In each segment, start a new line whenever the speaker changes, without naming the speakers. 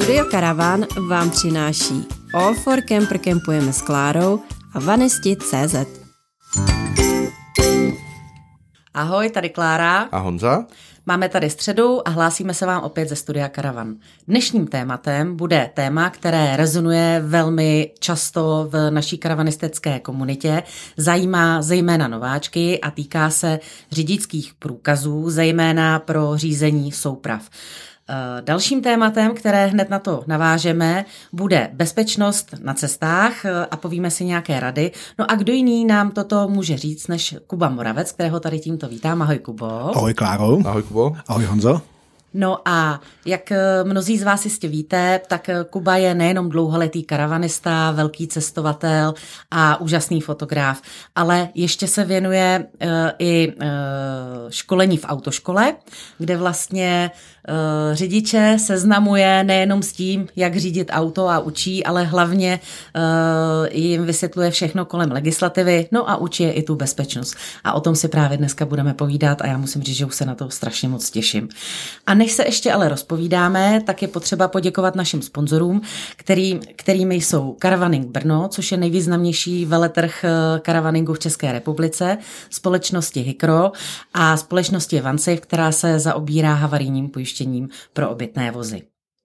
Studio Caravan vám přináší All for Camper Campujeme s Klárou a Vanisti.cz. Ahoj, tady Klára.
A Honza.
Máme tady středu a hlásíme se vám opět ze Studia Caravan. Dnešním tématem bude téma, které rezonuje velmi často v naší karavanistické komunitě, zajímá zejména nováčky a týká se řidičských průkazů, zejména pro řízení souprav. Dalším tématem, které hned na to navážeme, bude bezpečnost na cestách a povíme si nějaké rady. No a kdo jiný nám toto může říct než Kuba Moravec, kterého tady tímto vítám. Ahoj, Kubo.
Ahoj, Kláro.
Ahoj, Kubo.
Ahoj, Honzo.
No a jak mnozí z vás jistě víte, tak Kuba je nejenom dlouholetý karavanista, velký cestovatel a úžasný fotograf, ale ještě se věnuje i školení v autoškole, kde vlastně řidiče seznamuje nejenom s tím, jak řídit auto a učí, ale hlavně jim vysvětluje všechno kolem legislativy, no a učí je i tu bezpečnost. A o tom si právě dneska budeme povídat a já musím říct, že už se na to strašně moc těším. A než se ještě ale rozpovídáme, tak je potřeba poděkovat našim sponzorům, kterými jsou Caravaning Brno, což je nejvýznamnější veletrh karavaningu v České republice, společnosti Hikro a společnosti OneSafe, která se zaobírá havarijním pojištěním pro obytné vozy.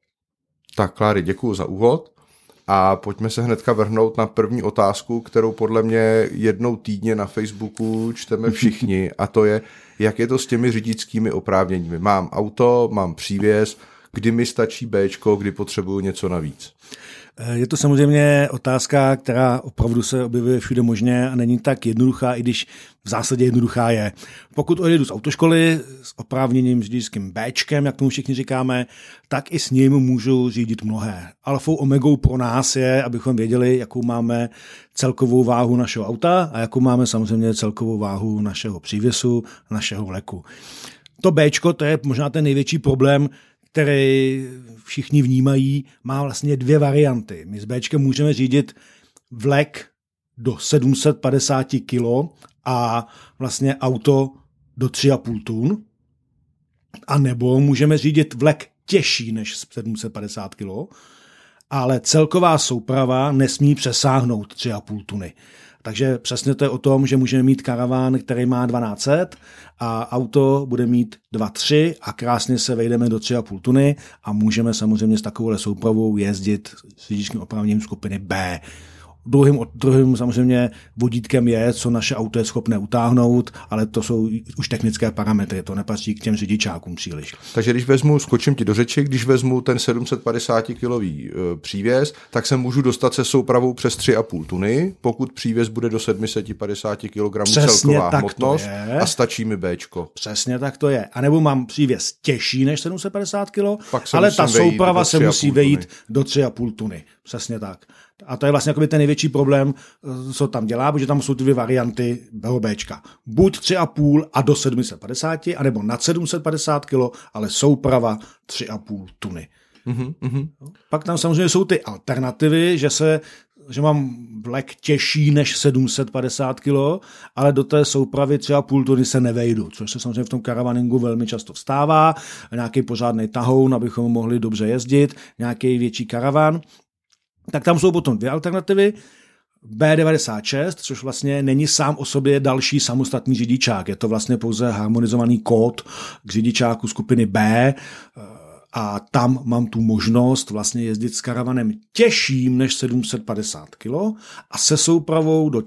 Tak, Kláry, děkuju za úvod a pojďme se hnedka vrhnout na první otázku, kterou podle mě jednou týdně na Facebooku čteme všichni, a to je, jak je to s těmi řidičskými oprávněními. Mám auto, mám přívěs, kdy mi stačí Bčko, kdy potřebuju něco navíc.
Je to samozřejmě otázka, která opravdu se objevuje všude možně a není tak jednoduchá, i když v zásadě jednoduchá je. Pokud odjedu z autoškoly s oprávněním řidičským Bčkem, jak tomu všichni říkáme, tak i s ním můžu řídit mnohé. Alfou omegou pro nás je, abychom věděli, jakou máme celkovou váhu našeho auta a jakou máme samozřejmě celkovou váhu našeho přívěsu, našeho vleku. To Bčko, to je možná ten největší problém, který všichni vnímají, má vlastně dvě varianty. My s Bčkem můžeme řídit vlek do 750 kg a vlastně auto do 3,5 tun. A nebo můžeme řídit vlek těžší než 750 kg, ale celková souprava nesmí přesáhnout 3,5 tuny. Takže přesně to je o tom, že můžeme mít karaván, který má 1200 a auto bude mít 2,3 a krásně se vejdeme do 3,5 tuny a můžeme samozřejmě s takovouhle soupravou jezdit s řidičským oprávněním skupiny B. Druhým samozřejmě vodítkem je, co naše auto je schopné utáhnout, ale to jsou už technické parametry, to nepatří k těm řidičákům příliš.
Takže když skočím ti do řeči, když vezmu ten 750-kilový přívěs, tak se můžu dostat se soupravou přes 3,5 tuny, pokud přívěs bude do 750 kg celková hmotnost a stačí mi Bčko.
Přesně tak to je. A nebo mám přívěs těžší než 750 kg, ale ta souprava se musí vejít do 3,5 tuny. Přesně tak. A to je vlastně ten největší problém, co tam dělá, protože tam jsou ty dvě varianty Bčka. Buď 3,5 a do 750, anebo nad 750 kg, ale souprava 3,5 tuny. Pak tam samozřejmě jsou ty alternativy, že mám vlek těžší než 750 kg, ale do té soupravy 3,5 tuny se nevejdu, což se samozřejmě v tom karavaningu velmi často vstává. Nějaký pořádný tahoun, abychom mohli dobře jezdit, nějaký větší karavan. Tak tam jsou potom dvě alternativy. B96, což vlastně není sám o sobě další samostatný řidičák. Je to vlastně pouze harmonizovaný kód k řidičáku skupiny B a tam mám tu možnost vlastně jezdit s karavanem těžším než 750 kg a se soupravou do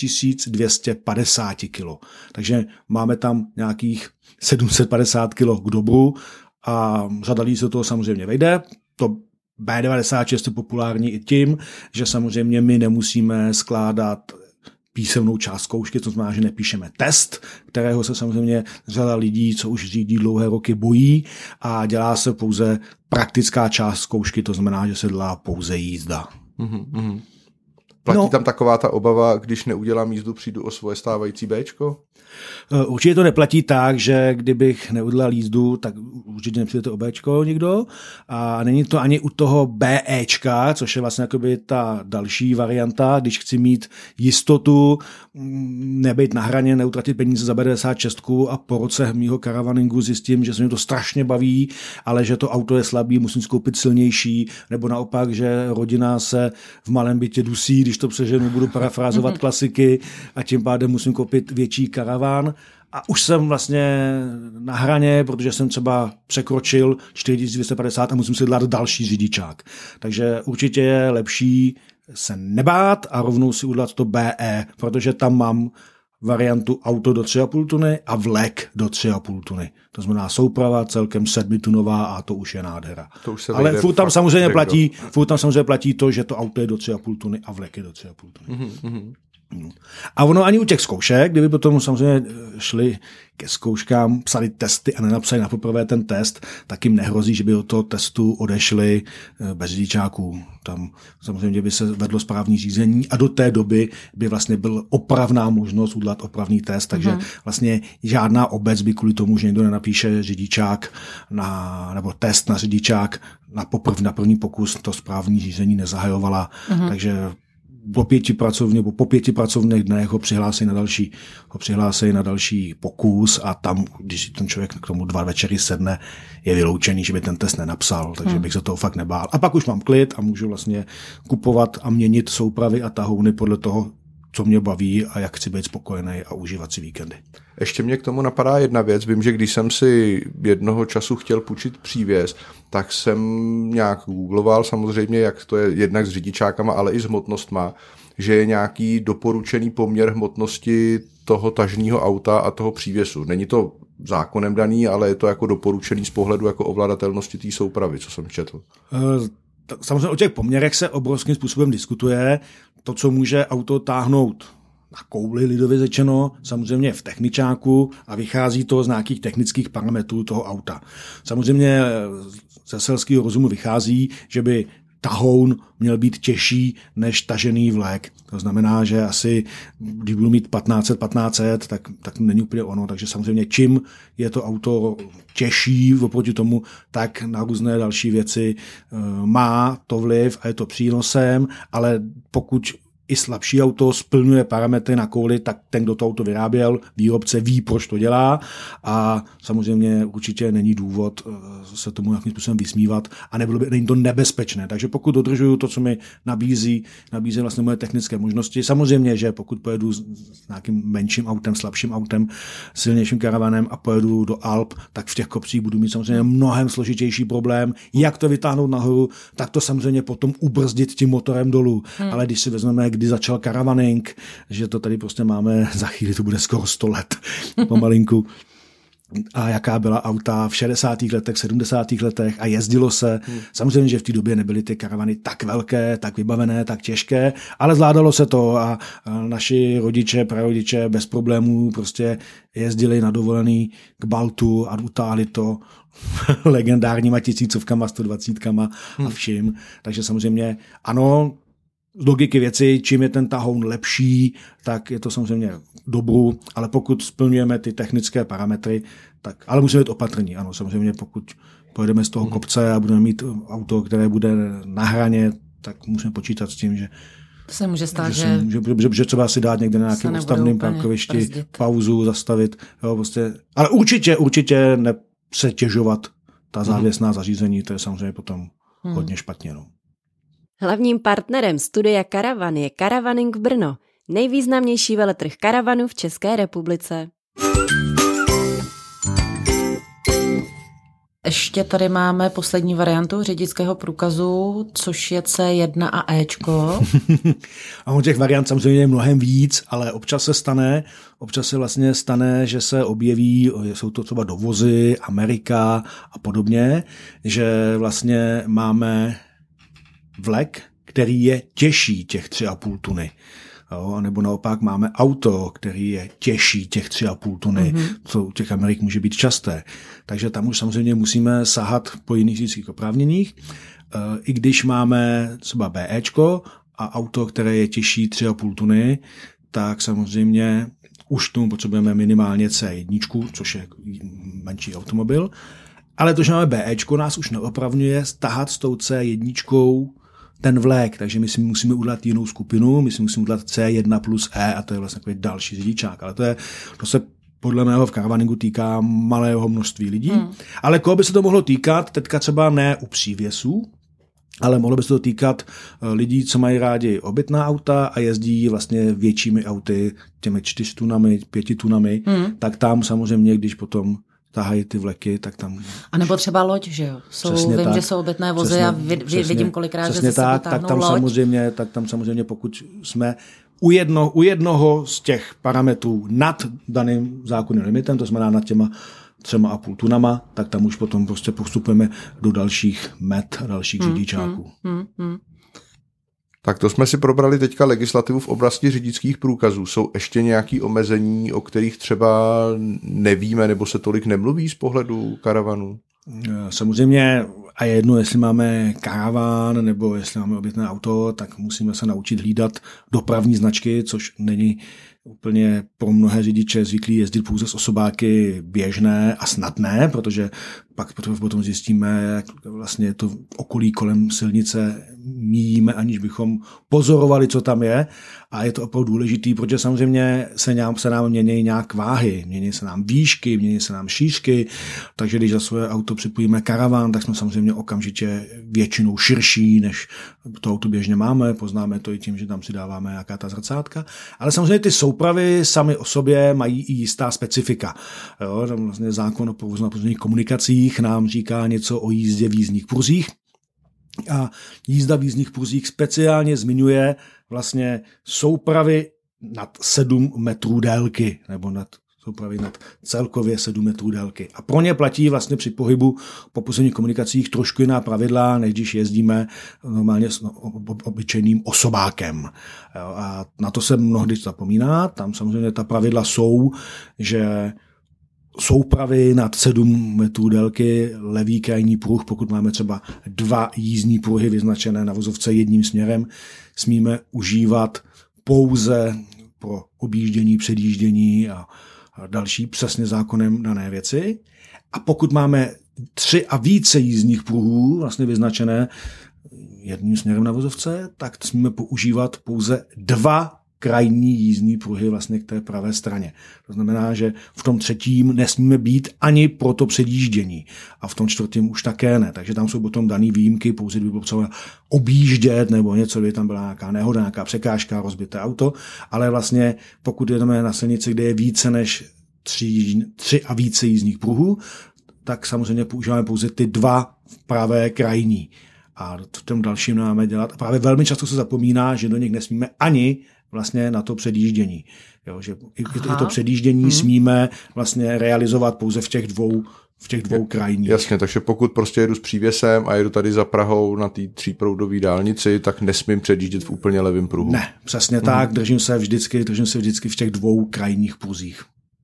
4250 kg. Takže máme tam nějakých 750 kg k dobru a řada lidí se toho samozřejmě vejde. To B96 je populární i tím, že samozřejmě my nemusíme skládat písemnou část zkoušky, to znamená, že nepíšeme test, kterého se samozřejmě řada lidí, co už řídí dlouhé roky, bojí a dělá se pouze praktická část zkoušky, to znamená, že se dělá pouze jízda.
Platí tam taková ta obava, když neudělám jízdu, přijdu o svoje stávající Bčko?
Určitě to neplatí tak, že kdybych neudělal jízdu, tak určitě nepřijde to o Bčko nikdo. A není to ani u toho BEčka, což je vlastně jakoby ta další varianta, když chci mít jistotu, nebejt na hraně, neutratit peníze za B96 a po roce mýho karavaningu zjistím, že se mi to strašně baví, ale že to auto je slabý, musím skoupit silnější, nebo naopak, že rodina se v malém bytě dusí, když to přeženu, budu parafrázovat klasiky a tím pádem musím koupit větší karaván. A už jsem vlastně na hraně, protože jsem třeba překročil 4250 a musím si dát další řidičák. Takže určitě je lepší se nebát a rovnou si udělat to BE, protože tam mám variantu auto do 3,5 tuny a vlek do 3,5 tuny. To znamená souprava celkem 7tunová a to už je nádhera. Ale furt tam samozřejmě platí to, že to auto je do 3,5 tuny a vlek je do 3,5 tuny. A ono ani u těch zkoušek, kdyby potom samozřejmě šli ke zkouškám, psali testy a nenapsali na poprvé ten test, tak jim nehrozí, že by od toho testu odešli bez řidičáků. Tam samozřejmě by se vedlo správní řízení a do té doby by vlastně byl opravná možnost udělat opravný test, takže vlastně žádná obec by kvůli tomu, že někdo nenapíše řidičák nebo test na řidičák na první pokus, to správní řízení nezahajovala, takže po 5 pracovních dnech ho přihlásí na další pokus a tam, když ten člověk k tomu 2 večery sedne, je vyloučený, že by ten test nenapsal, takže bych se toho fakt nebál. A pak už mám klid a můžu vlastně kupovat a měnit soupravy a tahouny podle toho, co mě baví a jak chci být spokojený a užívat si víkendy.
Ještě mě k tomu napadá jedna věc. Vím, že když jsem si jednoho času chtěl půjčit přívěs, tak jsem nějak googloval samozřejmě, jak to je jednak s řidičákama, ale i s hmotnostma, že je nějaký doporučený poměr hmotnosti toho tažního auta a toho přívěsu. Není to zákonem daný, ale je to jako doporučený z pohledu jako ovladatelnosti té soupravy, co jsem četl.
Samozřejmě o těch poměrech se obrovským způsobem diskutuje. To, co může auto táhnout na kouli, lidově řečeno, samozřejmě v techničáku a vychází to z nějakých technických parametrů toho auta. Samozřejmě ze selského rozumu vychází, že by tahoun měl být těžší než tažený vlek. To znamená, že asi, když budu mít 1500, tak není úplně ono. Takže samozřejmě, čím je to auto těžší oproti tomu, tak na různé další věci má to vliv a je to přínosem, ale pokud i slabší auto splňuje parametry na kouli, tak ten, kdo to auto vyráběl, výrobce ví, proč to dělá a samozřejmě určitě není důvod se tomu nějakým způsobem vysmívat a není to nebezpečné. Takže pokud dodržuju to, co mi nabízí vlastně moje technické možnosti, samozřejmě, že pokud pojedu s nějakým menším autem, slabším autem, silnějším karavanem a pojedu do Alp, tak v těch kopcích budu mít samozřejmě mnohem složitější problém, jak to vytáhnout nahoru, tak to samozřejmě potom ubrzdit tím motorem dolů. Ale když si vezmeme, kdy začal karavaning, že to tady prostě máme, za chvíli to bude skoro 100 let pomalinku. A jaká byla auta v 60. letech, 70. letech a jezdilo se. Samozřejmě, že v té době nebyly ty karavany tak velké, tak vybavené, tak těžké, ale zvládalo se to a naši rodiče, prarodiče bez problémů prostě jezdili na dovolený k Baltu a utáhli to legendárníma 1000, 120 a vším. Takže samozřejmě ano, z logiky věci, čím je ten tahoun lepší, tak je to samozřejmě dobru, ale pokud splňujeme ty technické parametry, tak, ale musíme být opatrní. Ano, samozřejmě pokud pojedeme z toho kopce a budeme mít auto, které bude na hraně, tak musíme počítat s tím, že
se může stát,
že třeba si dát někde na nějakém ústavném parkovišti pauzu, zastavit. Jo, prostě. Ale určitě nepřetěžovat ta závěsná zařízení, to je samozřejmě potom hodně špatně. No.
Hlavním partnerem studia Karavan je Karavaning Brno, nejvýznamnější veletrh karavanů v České republice.
Ještě tady máme poslední variantu řidičského průkazu, což je C1 a Ečko.
A těch variant samozřejmě je mnohem víc, ale občas se vlastně stane, že se objeví, jsou to třeba dovozy, Amerika a podobně, že vlastně máme vlek, který je těžší těch 3,5 tuny. Jo, nebo naopak máme auto, který je těžší těch 3,5 tuny, co u těch Amerik může být časté. Takže tam už samozřejmě musíme sahat po jiných řidičských oprávněních. I když máme třeba BEčko a auto, které je těžší 3,5 tuny, tak samozřejmě už tomu potřebujeme minimálně C1, což je menší automobil. Ale to, že máme BEčko, nás už neopravňuje tahat s tou C1 ten vlék, takže my si musíme udělat jinou skupinu, my si musíme udělat C1 plus E a to je vlastně takový další řidičák. Ale to se podle mého v karavaningu týká malého množství lidí. Ale koho by se to mohlo týkat, teďka třeba ne u přívěsů, ale mohlo by se to týkat lidí, co mají rádi obytná auta a jezdí vlastně většími auty, těmi 4 tunami, 5 tunami, tak tam samozřejmě, když potom tahají ty vleky, tak tam...
A nebo třeba loď, že jo? Vím, že jsou obytné vozy a vidím kolikrát, že se potáhnou loď.
Tak tam samozřejmě, pokud jsme u jednoho z těch parametrů nad daným zákonným limitem, to znamená nad těma 3,5 tunama, tak tam už potom prostě postupujeme do dalších met a dalších řidičáků.
Tak to jsme si probrali teďka legislativu v oblasti řidičských průkazů. Jsou ještě nějaké omezení, o kterých třeba nevíme nebo se tolik nemluví z pohledu karavanu?
Samozřejmě a je jedno, jestli máme karavan nebo jestli máme obytné auto, tak musíme se naučit hlídat dopravní značky, což není úplně pro mnohé řidiče zvyklí jezdit pouze s osobáky běžné a snadné, protože pak potom zjistíme, jak vlastně to okolí kolem silnice míjíme, aniž bychom pozorovali, co tam je. A je to opravdu důležitý, protože samozřejmě se nám mění nějak váhy, mění se nám výšky, mění se nám šířky, takže když za svoje auto připojíme karavan, tak jsme samozřejmě okamžitě většinou širší, než to auto běžně máme. Poznáme to i tím, že tam si dáváme nějaká ta zrcátka. Ale samozřejmě ty soupravy sami o sobě mají i jistá specifika. Jo, tam vlastně zákon o provozu na pozemních komunikacích nám říká něco o jízdě v jízdních pruzích. A jízda v jízdních pruzích speciálně zmiňuje vlastně soupravy nad 7 metrů délky, nebo soupravy nad celkově 7 metrů délky. A pro ně platí vlastně při pohybu po pozemních komunikacích trošku jiná pravidla, než když jezdíme normálně s obyčejným osobákem. A na to se mnohdy zapomíná. Tam samozřejmě ta pravidla jsou, že soupravy nad 7 metrů délky, levý krajní pruh, pokud máme třeba 2 jízdní pruhy vyznačené na vozovce jedním směrem, smíme užívat pouze pro objíždění, předjíždění a další přesně zákonem dané věci. A pokud máme 3 a více jízdních pruhů vlastně vyznačené jedním směrem na vozovce, tak smíme používat pouze 2 krajní jízdní pruhy vlastně k té pravé straně. To znamená, že v tom 3. nesmíme být ani pro to předjíždění a v tom 4. už také ne. Takže tam jsou potom daný výjimky, pouze by bylo potřeba objíždět nebo něco, kdyby tam byla nějaká nehoda, nějaká překážka, rozbité auto, ale vlastně pokud jedeme na silnici, kde je více než 3 a více jízdních pruhů, tak samozřejmě používáme pouze ty 2 pravé krajní. A v tom dalším máme dělat. A právě velmi často se zapomíná, že do nich nesmíme ani vlastně na to předjíždění. Jo, že i to předjíždění smíme vlastně realizovat pouze v těch dvou krajních.
Jasně, takže pokud prostě jedu s přívěsem a jedu tady za Prahou na té 3proudové dálnici, tak nesmím předjíždět v úplně levém pruhu.
Ne, přesně tak, držím se vždycky v těch 2 krajních pruzích.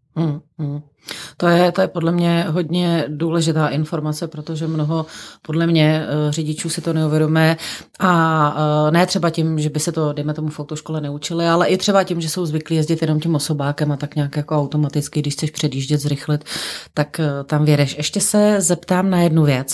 To je podle mě hodně důležitá informace, protože mnoho podle mě řidičů si to neuvědomuje a ne třeba tím, že by se to, dejme tomu, v autoškole neučili, ale i třeba tím, že jsou zvyklí jezdit jenom tím osobákem a tak nějak jako automaticky, když chceš předjíždět, zrychlit, tak tam vědeš. Ještě se zeptám na jednu věc.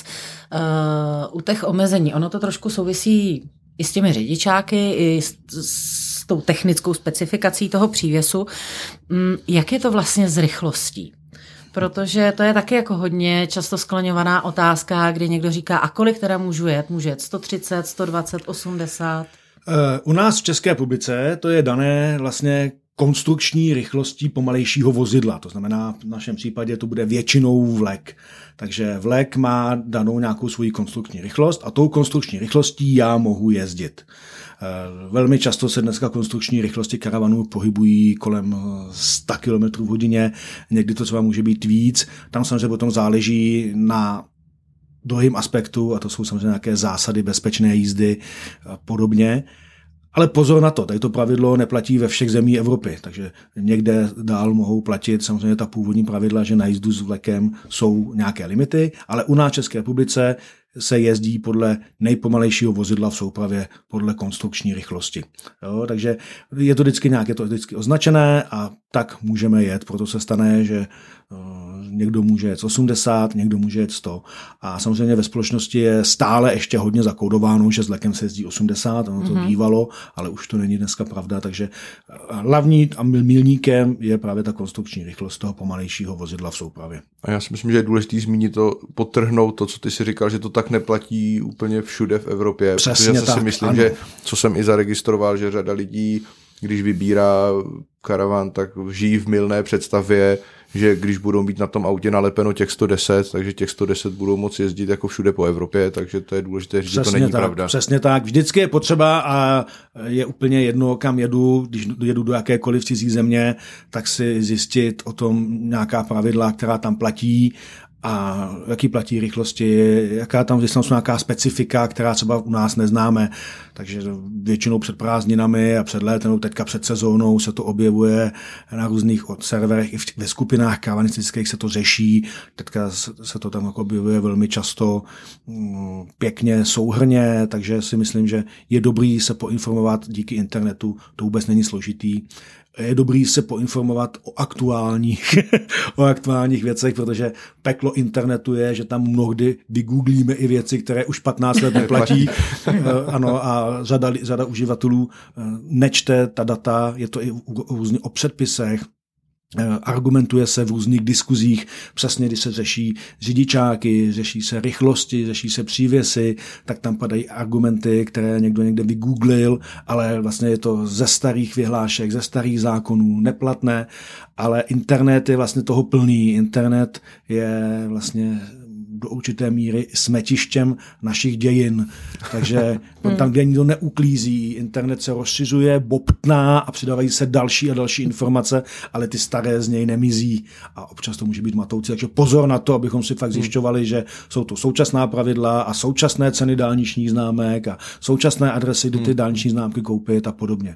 U těch omezení, ono to trošku souvisí i s těmi řidičáky, i s tou technickou specifikací toho přívěsu. Jak je to vlastně s rychlostí? Protože to je taky jako hodně často skloňovaná otázka, kdy někdo říká, a kolik teda můžu jet? Můžu jet 130, 120, 80?
U nás v České republice to je dané vlastně konstrukční rychlostí pomalejšího vozidla. To znamená, v našem případě to bude většinou vlek. Takže vlek má danou nějakou svoji konstrukční rychlost a tou konstrukční rychlostí já mohu jezdit. Velmi často se dneska konstrukční rychlosti karavanů pohybují kolem 100 km v hodině, někdy to třeba může být víc. Tam samozřejmě potom záleží na druhým aspektu a to jsou samozřejmě nějaké zásady bezpečné jízdy a podobně. Ale pozor na to, tady to pravidlo neplatí ve všech zemích Evropy, takže někde dál mohou platit samozřejmě ta původní pravidla, že na jízdu s vlekem jsou nějaké limity, ale u nás v České republice se jezdí podle nejpomalejšího vozidla v soupravě podle konstrukční rychlosti. Jo, takže je to vždycky označené a tak můžeme jet. Proto se stane, že někdo může jet 80, někdo může jet 100. A samozřejmě ve společnosti je stále ještě hodně zakódováno, že s vlekem se jezdí 80, ono to bývalo, ale už to není dneska pravda, takže hlavní a milníkem je právě ta konstrukční rychlost toho pomalejšího vozidla v soupravě.
A já si myslím, že je důležité zmínit podtrhnout to, co ty si říkal, že to tak neplatí úplně všude v Evropě.
Přesně tak,
si myslím, že co jsem i zaregistroval, že řada lidí, když vybírá karavan, tak žijí v mylné představě, že když budou mít na tom autě nalepeno těch 110, takže těch 110 budou moci jezdit jako všude po Evropě, takže to je důležité říct, že to není pravda.
Přesně tak. Vždycky je potřeba a je úplně jedno, kam jedu, když jedu do jakékoliv cizí země, tak si zjistit o tom nějaká pravidla, která tam platí a jaký platí rychlosti, jaká tam jsou nějaká specifika, která třeba u nás neznáme. Takže většinou před prázdninami a před létem, teďka před sezónou se to objevuje na různých serverech, i ve skupinách karavanistických se to řeší. Teďka se to tam objevuje velmi často pěkně, souhrnně, takže si myslím, že je dobrý se poinformovat díky internetu, to vůbec není složitý. Je dobrý se poinformovat o aktuálních věcech, protože peklo internetu je, že tam mnohdy vygooglíme i věci, které už 15 let neplatí. Ano, a řada uživatelů nečte ta data, je to i různě o předpisech, argumentuje se v různých diskuzích, přesně když se řeší řidičáky, řeší se rychlosti, řeší se přívěsy, tak tam padají argumenty, které někdo někde vygooglil, ale vlastně je to ze starých vyhlášek, ze starých zákonů, neplatné, ale internet je vlastně toho plný. Internet je vlastně do určité míry smetištěm našich dějin. Takže tam, kde nikdo neuklízí, internet se rozšiřuje, bobtná a přidávají se další a další informace, ale ty staré z něj nemizí a občas to může být matoucí. Takže pozor na to, abychom si fakt zjišťovali, že jsou to současná pravidla a současné ceny dálničních známek a současné adresy, kde ty dálniční známky koupit a podobně.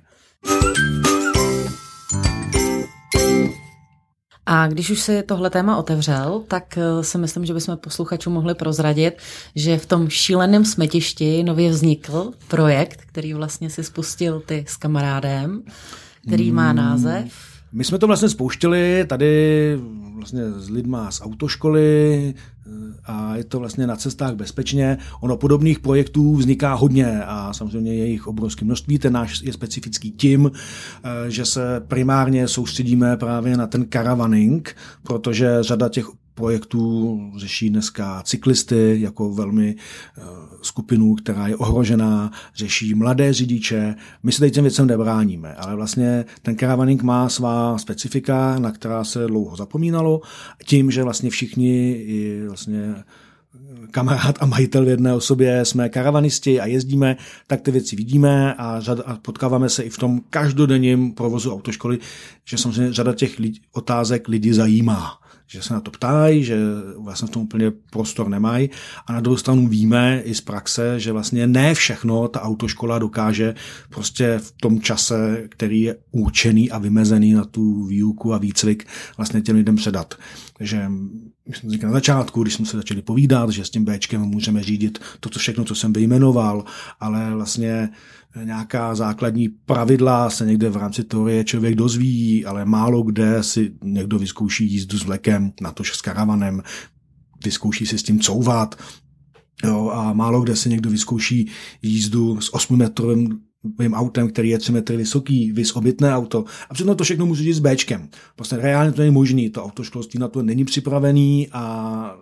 A když už si tohle téma otevřel, tak si myslím, že bychom posluchačům mohli prozradit, že v tom šíleném smetišti nově vznikl projekt, který vlastně si spustil ty s kamarádem, který má název.
My jsme to vlastně spouštěli tady vlastně s lidma z autoškoly a je to vlastně na cestách bezpečně. Ono podobných projektů vzniká hodně a samozřejmě je jich obrovské množství. Ten náš je specifický tím, že se primárně soustředíme právě na ten caravaning, protože řada těch projektů řeší dneska cyklisty jako velmi skupinu, která je ohrožená, řeší mladé řidiče. My se tady těm věcem nebráníme, ale vlastně ten caravaning má svá specifika, na která se dlouho zapomínalo, tím, že vlastně všichni vlastně kamarád a majitel v jedné osobě jsme karavanisti a jezdíme, tak ty věci vidíme a potkáváme se i v tom každodenním provozu autoškoly, že samozřejmě řada těch otázek lidi zajímá. Že se na to ptají, že vlastně v tom úplně prostor nemají a na druhou stranu víme i z praxe, že vlastně ne všechno ta autoškola dokáže prostě v tom čase, který je určený a vymezený na tu výuku a výcvik vlastně těm lidem předat. Takže jsme říkali na začátku, když jsme se začali povídat, že s tím Bčkem můžeme řídit to všechno, co jsem vyjmenoval, ale vlastně nějaká základní pravidla se někde v rámci teorie člověk dozví, ale málo kde si někdo vyzkouší jízdu s vlekem, natož s karavanem, vyzkouší si s tím couvat, jo, a málo kde si někdo vyzkouší jízdu s 8metrovým autem, který je 3 metry vysoký, vys obytné auto. A přitom to všechno může říct s Bčkem. Prostě reálně to není možný, to autoškolství na to není připravený a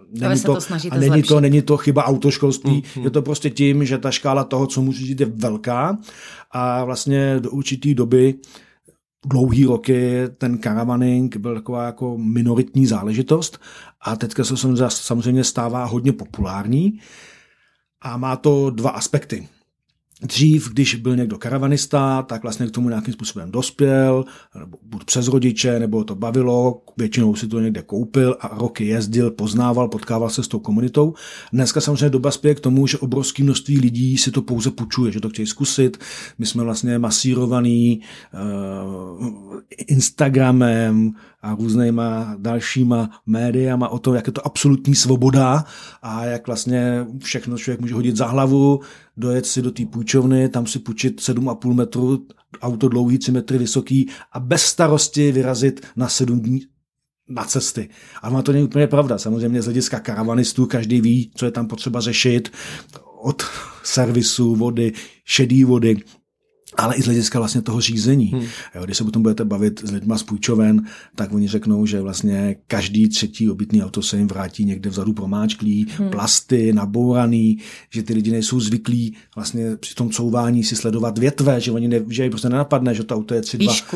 není to chyba autoškolství. Je to prostě tím, že ta škála toho, co může říct, je velká a vlastně do určitý doby dlouhý roky ten caravaning byl taková jako minoritní záležitost a teďka se samozřejmě stává hodně populární a má to dva aspekty. Dřív, když byl někdo karavanista, tak vlastně k tomu nějakým způsobem dospěl, nebo buď přes rodiče, nebo to bavilo, většinou si to někde koupil a roky jezdil, poznával, potkával se s tou komunitou. Dneska samozřejmě doba spěje k tomu, že obrovské množství lidí si to pouze půjčuje, že to chtějí zkusit. My jsme vlastně masírovaný Instagramem, a různýma dalšíma médiama o tom, jak je to absolutní svoboda a jak vlastně všechno člověk může hodit za hlavu, dojet si do té půjčovny, tam si půjčit 7,5 metru, auto dlouhý 3 metry vysoký a bez starosti vyrazit na 7 dní na cesty. Ale má to není úplně pravda. Samozřejmě z hlediska karavanistů každý ví, co je tam potřeba řešit od servisu vody, šedý vody, ale i z hlediska vlastně toho řízení. Jo, když se potom budete bavit s lidma z půjčoven, tak oni řeknou, že vlastně každý třetí obytný auto se jim vrátí někde vzadu promáčklý, plasty, nabouraný, že ty lidi nejsou zvyklí vlastně při tom couvání si sledovat větve, že oni že jim prostě nenapadne, že to auto je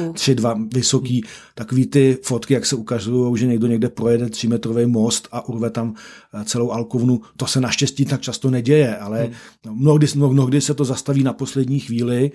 3,2 vysoký. Takový ty fotky, jak se ukazují, že někdo někde projede 3metrový most a urve tam celou alkovnu, to se naštěstí tak často neděje, ale mnohdy se to zastaví na poslední chvíli,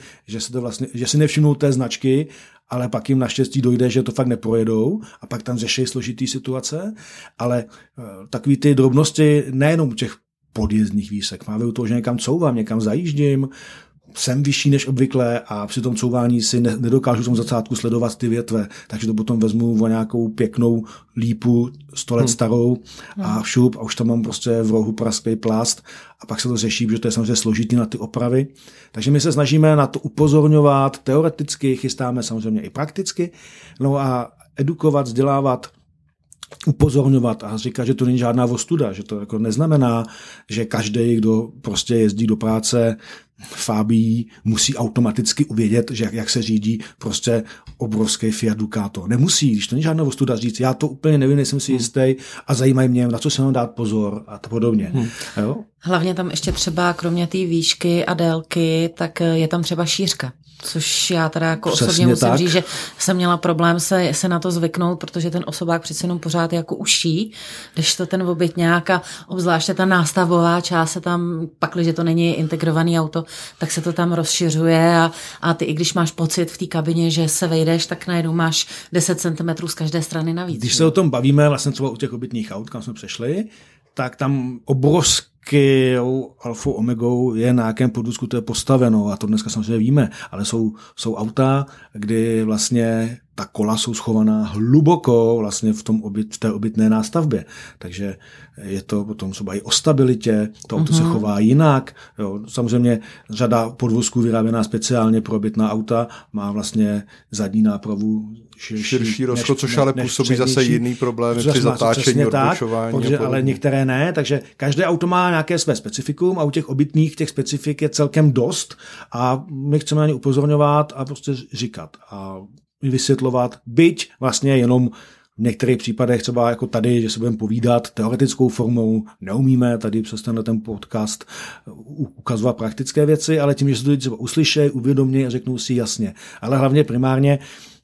že si nevšimnou té značky, ale pak jim naštěstí dojde, že to fakt neprojedou a pak tam řeší složitý situace, ale takový ty drobnosti nejenom u těch podjezdních výsek, máme u toho, že někam couvám, někam zajíždím, jsem vyšší než obvykle a při tom couvání si nedokážu v tom začátku sledovat ty větve, takže to potom vezmu o nějakou pěknou lípu 100 let starou a šup a už tam mám prostě v rohu prasklý plast a pak se to řeší, protože to je samozřejmě složitý na ty opravy. Takže my se snažíme na to upozorňovat teoreticky, chystáme samozřejmě i prakticky, no a edukovat, vzdělávat, upozorňovat a říkat, že to není žádná ostuda, že to jako neznamená, že každý, kdo prostě jezdí do práce Fabii, musí automaticky uvědět, že jak se řídí prostě obrovský Fiat Ducato. Nemusí, když to není žádná ostuda říct, já to úplně nevím, nejsem si jistý a zajímají mě, na co se mám dát pozor a to podobně. Jo?
Hlavně tam ještě třeba kromě té výšky a délky, tak je tam třeba šířka. Což já teda jako osobně musím říct, že jsem měla problém se na to zvyknout, protože ten osobák přece jenom pořád je jako uší, když to ten obytňák a obzvláště ta nástavbová část se tam, pakliže to není integrovaný auto, tak se to tam rozšiřuje a ty i když máš pocit v té kabině, že se vejdeš, tak najednou máš 10 cm z každé strany navíc.
Když se o tom bavíme vlastně třeba u těch obytných aut, kam jsme přešli, tak tam obrovský alfou omegou je na jakém podvozku to je postaveno a to dneska samozřejmě víme, ale jsou auta, kdy vlastně ta kola jsou schovaná hluboko vlastně v té obytné nástavbě. Takže je to potom třeba i o stabilitě, to auto se chová jinak. Jo. Samozřejmě řada podvozků vyráběná speciálně pro obytná auta má vlastně zadní nápravu
širší rozchod, což ale působí zase jiný problémy při zatáčení, odbočování.
Ale některé ne, takže každé auto má nějaké své specifikum a u těch obytných těch specifik je celkem dost a my chceme na ně upozorňovat a prostě říkat a vysvětlovat, byť vlastně jenom v některých případech třeba jako tady, že se budeme povídat teoretickou formou, neumíme tady přes ten podcast ukazovat praktické věci, ale tím, že se to třeba uslyšejí, uvědomí a řeknou si jasně. Ale hlavně primárně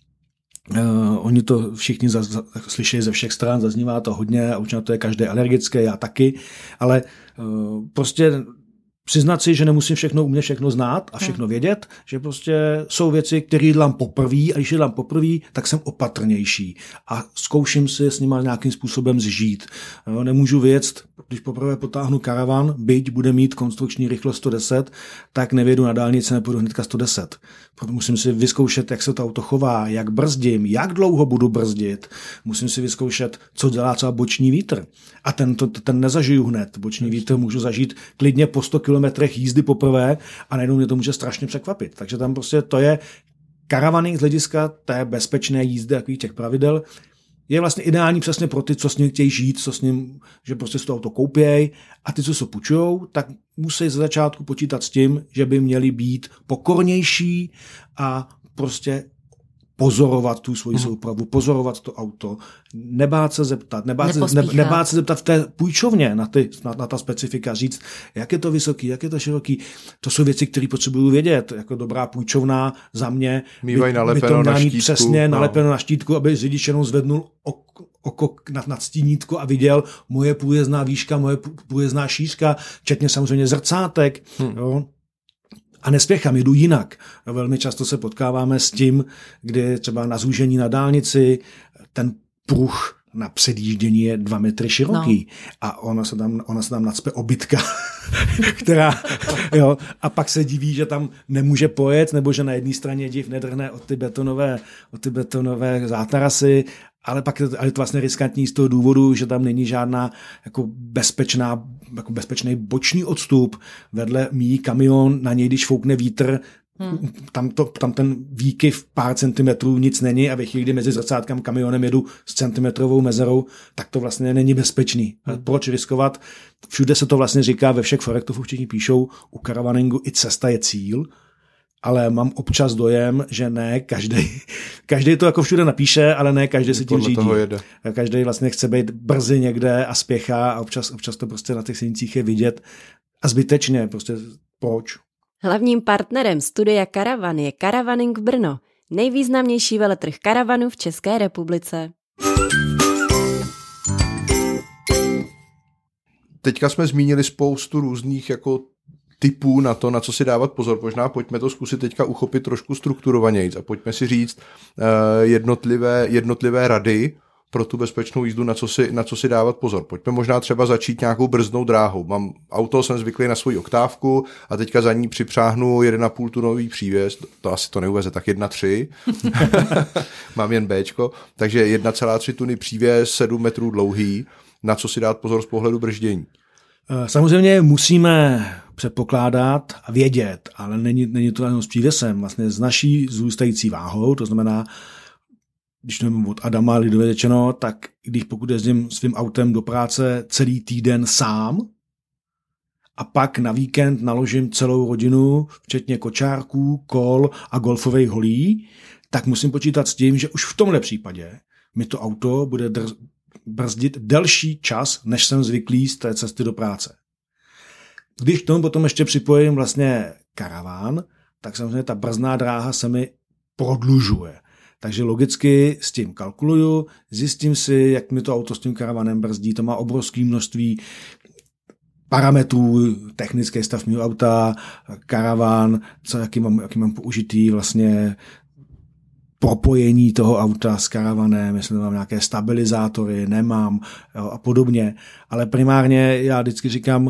oni to všichni slyšejí ze všech stran, zaznívá to hodně a určitě to je každé alergické, já taky, ale prostě přiznat si, že nemusím všechno umět, všechno znát a všechno vědět, že prostě jsou věci, které dělám poprvé a když je dělám poprvé, tak jsem opatrnější a zkouším si s nima nějakým způsobem zžít. Nemůžu věct, když poprvé potáhnu karavan, byť bude mít konstrukční rychlost 110, tak nevědu na dálnici, nepůjdu hnedka 110. Musím si vyzkoušet, jak se to auto chová, jak brzdím, jak dlouho budu brzdit. Musím si vyzkoušet, co dělá třeba boční vítr. A ten nezažiju hned. Boční vítr můžu zažít klidně po 100 kilometrech jízdy poprvé a najednou mě to může strašně překvapit. Takže tam prostě to je karavaning z hlediska té bezpečné jízdy, takových těch pravidel, je vlastně ideální přesně pro ty, co s ním chtějí žít, co s ním, že prostě si to auto koupějí a ty, co se půjčujou, tak musí ze začátku počítat s tím, že by měli být pokornější a prostě pozorovat tu svoji soupravu, pozorovat to auto, nebát se zeptat, nebát se zeptat v té půjčovně na ta specifika, říct, jak je to vysoký, jak je to široký. To jsou věci, které potřebuju vědět. Jako dobrá půjčovna za mě
mývají nalepeno na štítku.
Přesně nalepeno na štítku, aby řidič jenom zvednul oko nad stínítko a viděl moje průjezdná výška, moje průjezdná šířka, včetně samozřejmě zrcátek. Jo. A nespěchám, jdu jinak. Velmi často se potkáváme s tím, kdy třeba na zúžení na dálnici ten pruh na předjíždění je 2 metry široký a ona se tam nacpe obytka, která, jo, a pak se diví, že tam nemůže pojet, nebo že na jedné straně div nedrhne od ty betonové zátarasy ale pak je to vlastně riskantní z toho důvodu, že tam není žádná jako bezpečný boční odstup. Vedle míjí kamion, na něj, když foukne vítr, tam ten výkyv pár centimetrů nic není a ve chvíli, kdy mezi zrcátkem kamionem jedu s centimetrovou mezerou, tak to vlastně není bezpečný. Proč riskovat? Všude se to vlastně říká, ve všech forektu všichni píšou, u karavaningu i cesta je cíl, ale mám občas dojem, že ne každý to jako všude napíše, ale ne každý se tím řídí. Každý vlastně chce být brzy někde a spěchá a občas to prostě na těch silnicích je vidět a zbytečně, prostě proč?
Hlavním partnerem studia Karavan je Caravaning Brno, nejvýznamnější veletrh karavanů v České republice.
Teďka jsme zmínili spoustu různých jako typů na to, na co si dávat pozor. Možná pojďme to zkusit teďka uchopit trošku strukturovanějc a pojďme si říct jednotlivé rady pro tu bezpečnou jízdu, na co si dávat pozor. Pojďme možná třeba začít nějakou brzdnou dráhou. Mám auto, jsem zvyklý na svoji oktávku a teďka za ní připřáhnu 1,5 tunový přívěs, to asi to neuveze, tak 1,3. Mám jen Bčko, takže 1,3 tuny přívěs, 7 metrů dlouhý. Na co si dát pozor z pohledu brždění?
Samozřejmě musíme předpokládat a vědět, ale není to jenom s přívěsem, vlastně s naší zůstající váhou, to znamená, když nevím od Adama lidově řečeno, tak pokud jezdím svým autem do práce celý týden sám a pak na víkend naložím celou rodinu, včetně kočárků, kol a golfových holí, tak musím počítat s tím, že už v tomhle případě mi to auto bude brzdit delší čas, než jsem zvyklý z té cesty do práce. Když k tomu potom ještě připojím vlastně karaván, tak samozřejmě ta brzdná dráha se mi prodlužuje. Takže logicky s tím kalkuluju, zjistím si, jak mi to auto s tím karavanem brzdí, to má obrovské množství parametrů, technický stav mého auta, karaván, jaký mám použitý vlastně propojení toho auta s karavanem, jestli mám nějaké stabilizátory, nemám a podobně. Ale primárně já vždycky říkám,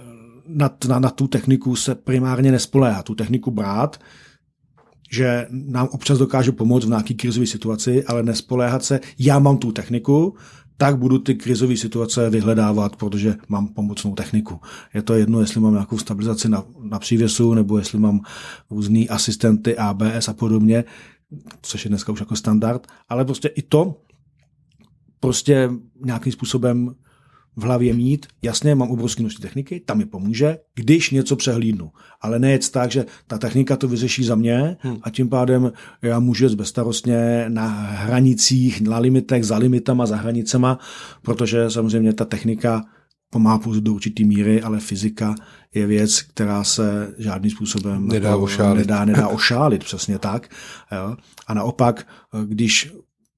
na tu techniku se primárně nespoléhat, tu techniku brát, že nám občas dokáže pomoct v nějaký krizové situaci, ale nespoléhat se, já mám tu techniku, tak budu ty krizové situace vyhledávat, protože mám pomocnou techniku. Je to jedno, jestli mám nějakou stabilizaci na přívěsu, nebo jestli mám různý asistenty, ABS a podobně, což je dneska už jako standard, ale prostě i to prostě nějakým způsobem v hlavě mít. Jasně, mám obrovské množství techniky, tam mi pomůže, když něco přehlídnu. Ale nejec tak, že ta technika to vyřeší za mě a tím pádem já můžu jet bezstarostně na hranicích, na limitech, za limitama, za hranicema, protože samozřejmě ta technika pomáhá pouze do určitý míry, ale fyzika je věc, která se žádným způsobem nedá ošálit, přesně tak. Jo. A naopak, když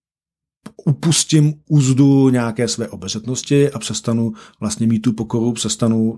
upustím úzdu nějaké své obezřetnosti a přestanu vlastně mít tu pokoru, přestanu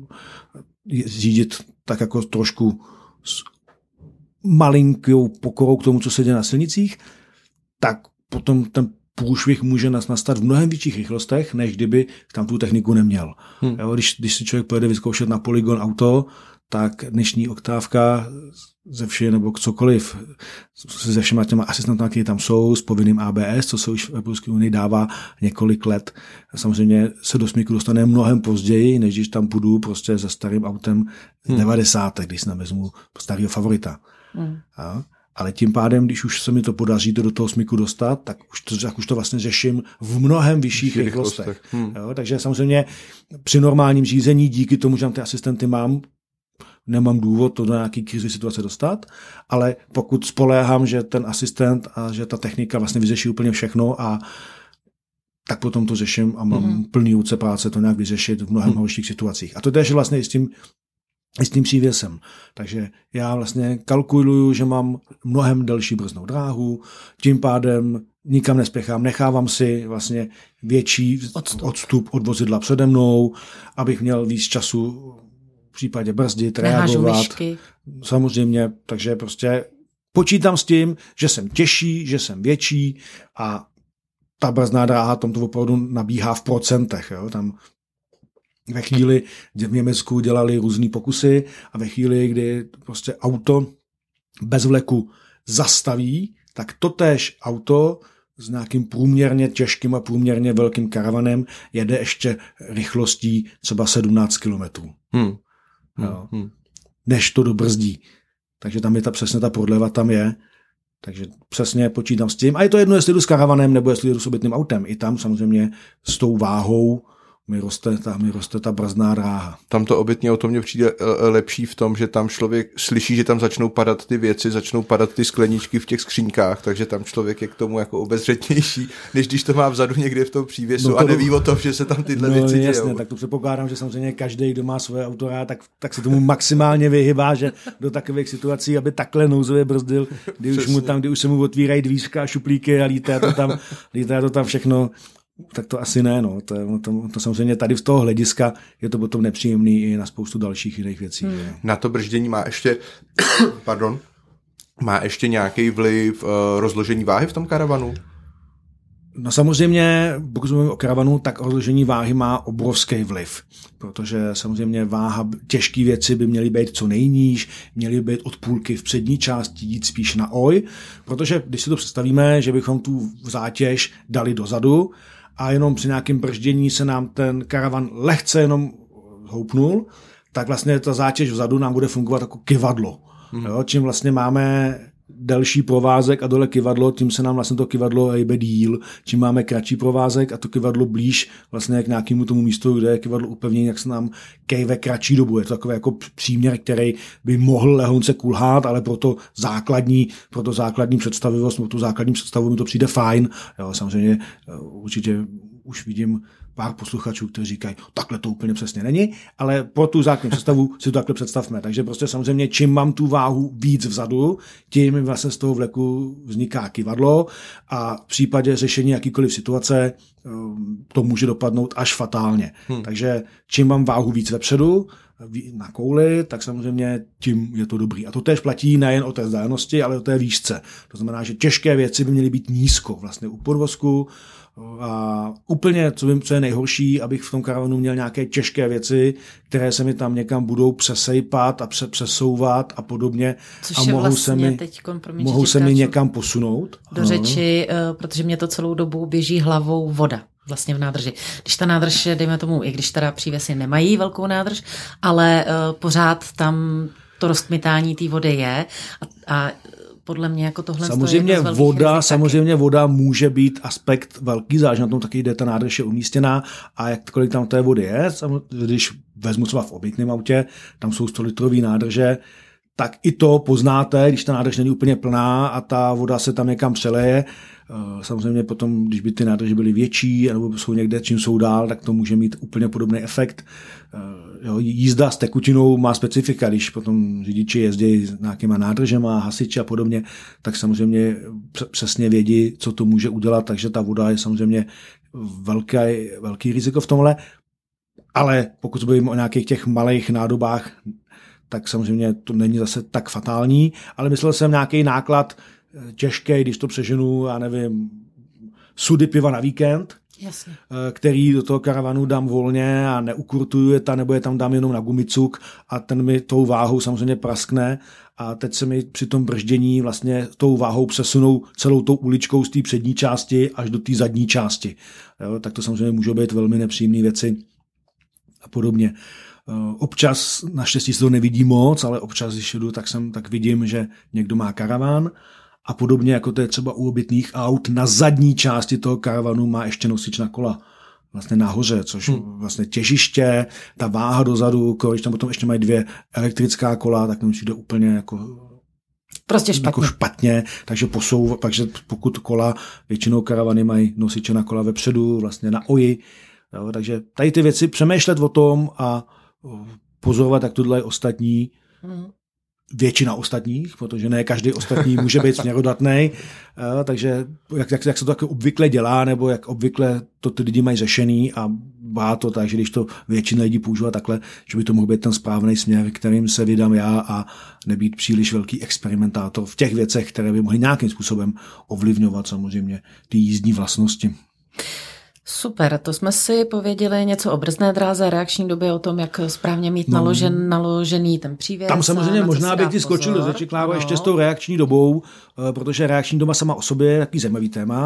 řídit tak jako trošku s malinkou pokorou k tomu, co se děje na silnicích, tak potom ten průšvih může nastat v mnohem větších rychlostech, než kdyby tam tu techniku neměl. Jo, když si člověk pojede vyzkoušet na polygon auto, tak dnešní oktávka ze vše nebo cokoliv, se všema těma asistentama, které tam jsou, s povinným ABS, co se už v Evropské unii dává několik let. Samozřejmě se do smíku dostane mnohem později, než když tam půjdu prostě se starým autem z 90. když si vezmu starého favorita. Ale tím pádem, když už se mi to podaří do toho smyku dostat, tak už to vlastně řeším v mnohem vyšších rychlostech. Jo, takže samozřejmě při normálním řízení, díky tomu, že tam ty asistenty mám, nemám důvod to do nějaký krizové situace dostat, ale pokud spoléhám, že ten asistent a že ta technika vlastně vyřeší úplně všechno a tak potom to řeším a mám plný ruce práce to nějak vyřešit v mnohem horších situacích. A to je vlastně i s tím přívěsem. Takže já vlastně kalkuluju, že mám mnohem delší brzdnou dráhu, tím pádem nikam nespěchám, nechávám si vlastně větší odstup od vozidla přede mnou, abych měl víc času v případě brzdit, reagovat. Samozřejmě, takže prostě počítám s tím, že jsem těžší, že jsem větší a ta brzdná dráha tomto opravdu nabíhá v procentech. Jo? Tam ve chvíli, kdy v Německu dělali různý pokusy a ve chvíli, kdy prostě auto bez vleku zastaví, tak totéž auto s nějakým průměrně těžkým a průměrně velkým karavanem jede ještě rychlostí třeba 17 kilometrů. Než to dobrzdí. Takže tam je přesně ta prodleva tam je. Takže přesně počítám s tím. A je to jedno, jestli jdu s karavanem nebo jestli jdu s obytným autem. I tam samozřejmě s tou váhou mi roste ta brzdná dráha.
Tam to obytné auto mně přijde lepší v tom, že tam člověk slyší, že tam začnou padat ty věci, začnou padat ty skleničky v těch skříňkách, takže tam člověk je k tomu jako obezřetnější, než když to má vzadu někde v tom přívěsu a neví o tom, že se tam tyhle věci dějou.
Jasně, tak to předpokládám, že samozřejmě každý, kdo má svoje auto rád, tak se tomu maximálně vyhybá, že do takových situací, aby takhle nouzově brzdil, kdy už se mu otvírají dvířka a šuplíky a lítá to tam všechno. Tak to asi ne, no. To samozřejmě tady z toho hlediska je to potom nepříjemný i na spoustu dalších jiných věcí.
Na to brždění má ještě nějaký vliv rozložení váhy v tom karavanu?
No samozřejmě, pokud mluvím o karavanu, tak rozložení váhy má obrovský vliv, protože samozřejmě váha, těžké věci by měly být co nejníž, měly být od půlky v přední části, jít spíš na oj, protože když si to představíme, že bychom tu zátěž dali dozadu, a jenom při nějakém brždění se nám ten karavan lehce jenom houpnul, tak vlastně ta zátěž vzadu nám bude fungovat jako kyvadlo. Jo, čím vlastně máme delší provázek a dole kyvadlo, tím se nám vlastně to kyvadlo hejbe díl. Čím máme kratší provázek a to kyvadlo blíž vlastně k nějakému tomu místu, kde je kyvadlo upevnění, jak se nám kejve kratší dobu. Je to takový jako příměr, který by mohl lehonce kulhát, ale pro to základní představivost, pro tu základní představu mi to přijde fajn. Jo, samozřejmě určitě už vidím pár posluchačů, kteří říkají, takhle to úplně přesně není, ale pro tu základní představu si to takhle představme. Takže prostě samozřejmě, čím mám tu váhu víc vzadu, tím vlastně z toho vleku vzniká kyvadlo a v případě řešení jakýkoliv situace to může dopadnout až fatálně. Takže čím mám váhu víc vepředu, na kouli, tak samozřejmě tím je to dobrý. A to též platí nejen o té vzdálenosti, ale o té výšce. To znamená, že těžké věci by měly být nízko, vlastně u podvozku. A úplně, co je nejhorší, abych v tom karavanu měl nějaké těžké věci, které se mi tam někam budou přesejpat a přesouvat a podobně.
Což
a mohou se mi někam posunout.
Do řeči, protože mě to celou dobu běží hlavou voda. Vlastně v nádrži. Když ta nádrž, dejme tomu, i když teda přívěsy nemají velkou nádrž, ale pořád tam to rozkmitání té vody je a podle mě jako tohle
samozřejmě voda může být aspekt velký, záleží na tom taky, kde ta nádrž je umístěná a kolik tam té vody je. Když vezmu třeba v obytném autě, tam jsou 100-litrové nádrže, tak i to poznáte, když ta nádrž není úplně plná a ta voda se tam někam přeleje. Samozřejmě potom, když by ty nádrže byly větší nebo jsou někde, čím jsou dál, tak to může mít úplně podobný efekt. Jízda s tekutinou má specifika, když potom řidiči jezdí s nějakýma nádržema, hasiči a podobně, tak samozřejmě přesně vědí, co to může udělat, takže ta voda je samozřejmě velký riziko v tomhle. Ale pokud se bavíme o nějakých těch malých nádobách, tak samozřejmě to není zase tak fatální, ale myslel jsem nějaký náklad těžký, když to přeženu, já nevím, sudy piva na víkend,
jasně,
který do toho karavanu dám volně a neukurtuju nebo je tam dám jenom na gumicuk a ten mi tou váhou samozřejmě praskne a teď se mi při tom brždění vlastně tou váhou přesunou celou tou uličkou z té přední části až do té zadní části. Jo, tak to samozřejmě můžou být velmi nepříjemné věci a podobně. Občas, naštěstí se to nevidí moc, ale občas, když jdu, tak vidím, že někdo má karavan a podobně, jako to je třeba u obytných aut, na zadní části toho karavanu má ještě nosičná kola. Vlastně nahoře, což vlastně těžiště, ta váha dozadu, když tam potom ještě mají 2 elektrická kola, tak to jde úplně jako
prostě
špatně, takže pokud kola, většinou karavany mají nosiče na kola vepředu, vlastně na oji, jo, takže tady ty věci přemýšlet o tom a pozorovat, jak to dělají ostatní, většina ostatních, protože ne každý ostatní může být směrodatný, takže jak se to tak obvykle dělá, nebo jak obvykle to ty lidi mají řešený a bá to tak, že když to většina lidí používá takhle, že by to mohl být ten správný směr, kterým se vydám já a nebýt příliš velký experimentátor v těch věcech, které by mohly nějakým způsobem ovlivňovat samozřejmě ty jízdní vlastnosti.
Super, to jsme si pověděli něco o brzdné dráze, reakční době, o tom, jak správně mít naložený ten přívěs.
Tam samozřejmě možná bych ti skočil do řeči, Kláro, ještě s tou reakční dobou, protože reakční doba sama o sobě je takový zajímavý téma.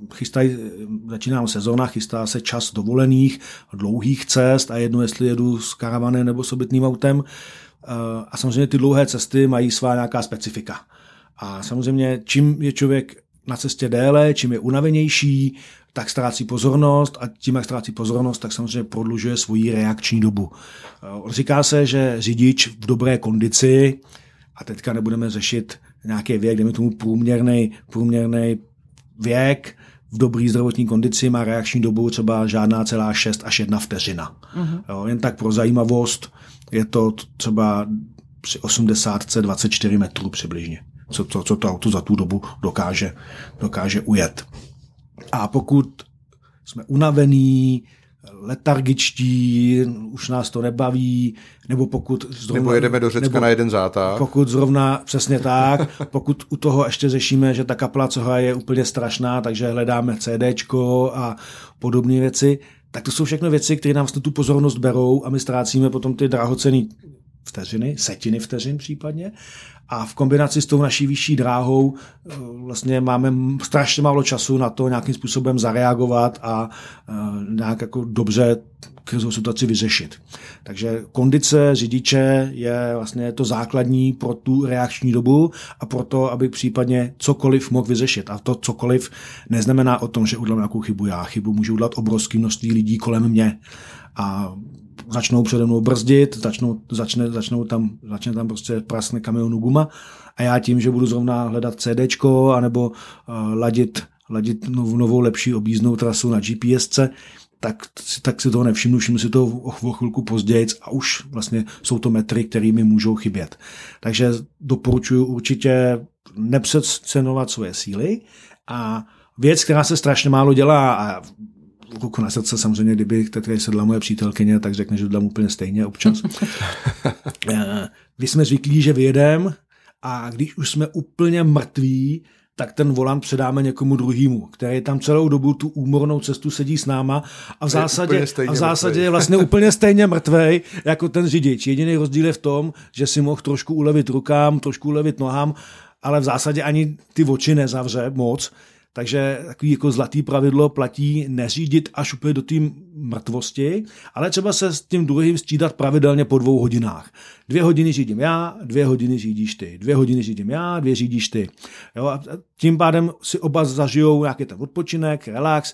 začínám sezóna, chystá se čas dovolených, dlouhých cest a jedno, jestli jedu s karavanem nebo s obytným autem. A samozřejmě ty dlouhé cesty mají svá nějaká specifika. A samozřejmě, čím je člověk na cestě déle, čím je unavenější, tak ztrácí pozornost a tím, jak ztrácí pozornost, tak samozřejmě prodlužuje svoji reakční dobu. Říká se, že řidič v dobré kondici, a teďka nebudeme řešit nějaký věk, dejme tomu průměrný věk, v dobrý zdravotní kondici má reakční dobu třeba žádná celá 6 až 1 vteřina. Jo, jen tak pro zajímavost, je to třeba při 80 24 metrů přibližně, co to auto za tu dobu dokáže ujet. A pokud jsme unavení, letargičtí, už nás to nebaví, nebo
jedeme do Řecka na jeden zátah.
Pokud zrovna, přesně tak, pokud u toho ještě řešíme, že ta kapela, co hraje, je úplně strašná, takže hledáme CDčko a podobné věci, tak to jsou všechno věci, které nám tu pozornost berou a my ztrácíme potom ty drahocenný vteřiny, setiny vteřin případně. A v kombinaci s tou naší vyšší dráhou vlastně máme strašně málo času na to nějakým způsobem zareagovat a nějak jako dobře krizovou situaci vyřešit. Takže kondice řidiče je vlastně to základní pro tu reakční dobu a pro to, aby případně cokoliv mohl vyřešit. A to cokoliv neznamená o tom, že udělám nějakou chybu já. Chybu můžu udělat obrovské množství lidí kolem mě. A začnou přede mnou brzdit, začne tam prostě prasne kamionu guma a já tím, že budu zrovna hledat CDčko anebo ladit novou lepší objízdnou trasu na GPSce, tak si toho všimnu si to o chvilku později a už vlastně jsou to metry, kterými můžou chybět. Takže doporučuji určitě nepřecenovat svoje síly a věc, která se strašně málo dělá a ruku na srdce samozřejmě, kdyby tady sedla moje přítelkyně, tak řekne, že dám úplně stejně občas. Když jsme zvyklí, že vyjedeme a když už jsme úplně mrtví, tak ten volant předáme někomu druhému, který tam celou dobu tu úmornou cestu sedí s náma a v zásadě je vlastně úplně stejně mrtvej jako ten řidič. Jediný rozdíl je v tom, že si mohl trošku ulevit rukám, trošku ulevit nohám, ale v zásadě ani ty oči nezavře moc. Takže takový jako zlatý pravidlo platí neřídit až úplně do té mrtvosti, ale třeba se s tím druhým střídat pravidelně po 2 hodinách. 2 hodiny řídím já, 2 hodiny řídíš ty. 2 hodiny řídím já, 2 řídíš ty. Jo, a tím pádem si oba zažijou nějaký ten odpočinek, relax,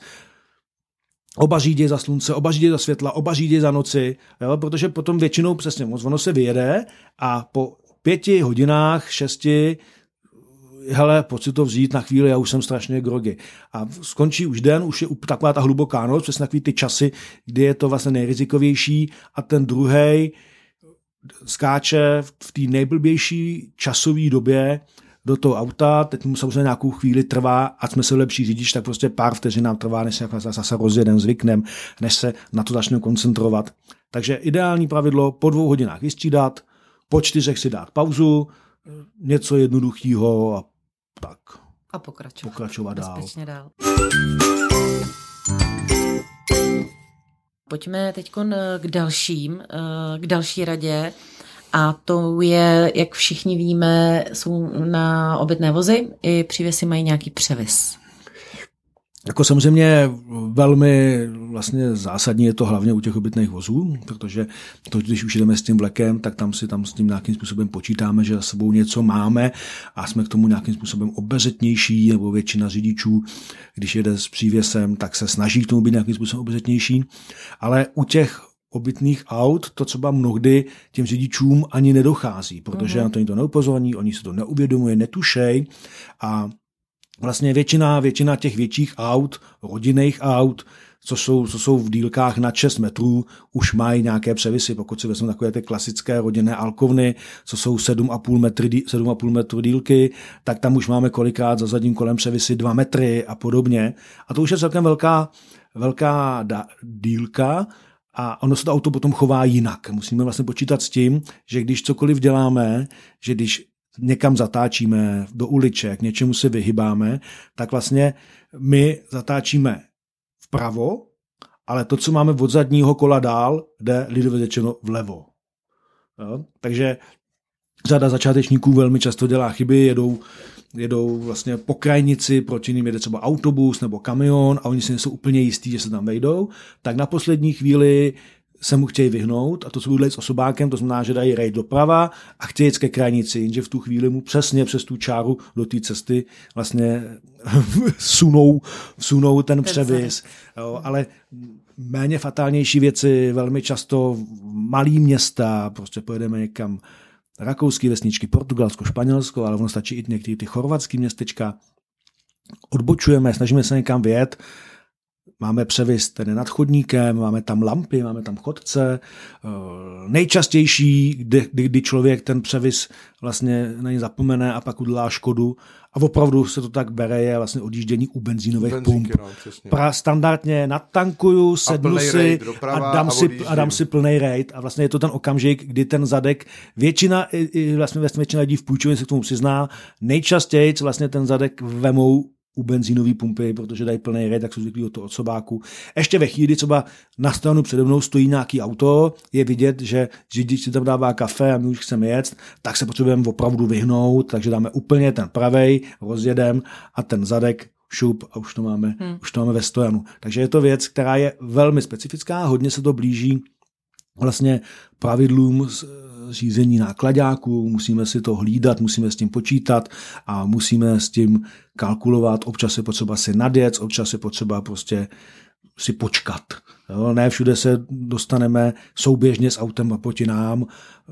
oba řídí za slunce, oba řídí za světla, oba řídí za noci, jo, protože potom většinou přesně moc ono se vyjede a po 5 hodinách, 6 hele, pojď si to vzít na chvíli, já už jsem strašně grogy. A skončí už den, už je taková ta hluboká noc, přesně takový ty časy, kdy je to vlastně nejrizikovější a ten druhej skáče v té nejblbější časové době do toho auta, teď mu samozřejmě nějakou chvíli trvá, ať jsme se lepší řidič, tak prostě pár vteřin nám trvá, než se zase rozjedem, zvyknem, než se na to začneme koncentrovat. Takže ideální pravidlo po 2 hodinách vystřídat, po 4 si dát pauzu, něco jednoduchého a tak.
A pokračovat dál. Bezpečně dál. Pojďme teď k další radě. A to je, jak všichni víme, jsou na obytné vozy, i přívěsy mají nějaký převis.
Jako samozřejmě velmi vlastně zásadní je to hlavně u těch obytných vozů, protože to, když už jdeme s tím vlekem, tak tam s tím nějakým způsobem počítáme, že za sebou něco máme a jsme k tomu nějakým způsobem obezřetnější, nebo většina řidičů, když jede s přívěsem, tak se snaží k tomu být nějakým způsobem obezřetnější, ale u těch obytných aut to třeba mnohdy těm řidičům ani nedochází, protože na to nikdo neupozorní, oni si to neuvědomují, netušej a vlastně většina těch větších aut, rodinných aut, co jsou v dílkách nad 6 metrů, už mají nějaké převisy. Pokud si vezmeme takové ty klasické rodinné alkovny, co jsou 7,5 metru dílky, tak tam už máme kolikrát za zadním kolem převisy 2 metry a podobně. A to už je celkem velká dílka a ono se to auto potom chová jinak. Musíme vlastně počítat s tím, že když cokoliv děláme, že když někam zatáčíme do uliček, něčemu se vyhybáme, tak vlastně my zatáčíme vpravo, ale to, co máme od zadního kola dál, jde lidově řečeno vlevo. Jo? Takže řada začátečníků velmi často dělá chyby, jedou vlastně po krajnici, proti ním jede třeba autobus nebo kamion a oni si nejsou úplně jistí, že se tam vejdou, tak na poslední chvíli se mu chtějí vyhnout a to, co budou dělat s osobákem, to znamená, že dají rejd doprava a chtějí jít ke krajnici, jenže v tu chvíli mu přesně přes tu čáru do té cesty vlastně vsunou ten převis. Jo, ale méně fatálnější věci, velmi často malý města, prostě pojedeme někam rakouské vesničky, Portugalsko, Španělsko, ale ono stačí i některé ty chorvatské městečka. Odbočujeme, snažíme se někam vyjet, máme převis tedy nad chodníkem, máme tam lampy, máme tam chodce. Nejčastější, kdy člověk ten převis vlastně na ně zapomene a pak udělá škodu a opravdu se to tak bere, je vlastně odjíždění u benzínových pump. Standardně natankuju, sednu si a dám si plný raid a vlastně je to ten okamžik, kdy ten zadek, většina lidí v půjčovně se k tomu přizná, nejčastěji vlastně ten zadek vemou u benzínové pumpy, protože dají plný raid, tak jsou zvyklí od sobáku. Ještě ve chvíli třeba na stranu přede mnou stojí nějaký auto, je vidět, že řidič si tam dává kafe a my už chceme jet, tak se potřebujeme opravdu vyhnout, takže dáme úplně ten pravej, rozjedem a ten zadek šup a už to máme ve stojanu. Takže je to věc, která je velmi specifická, hodně se to blíží vlastně pravidlům řízení nákladáků, musíme si to hlídat, musíme s tím počítat a musíme s tím kalkulovat. Občas je potřeba si nadjet, občas je potřeba prostě si počkat. Jo? Ne všude se dostaneme souběžně s autem proti nám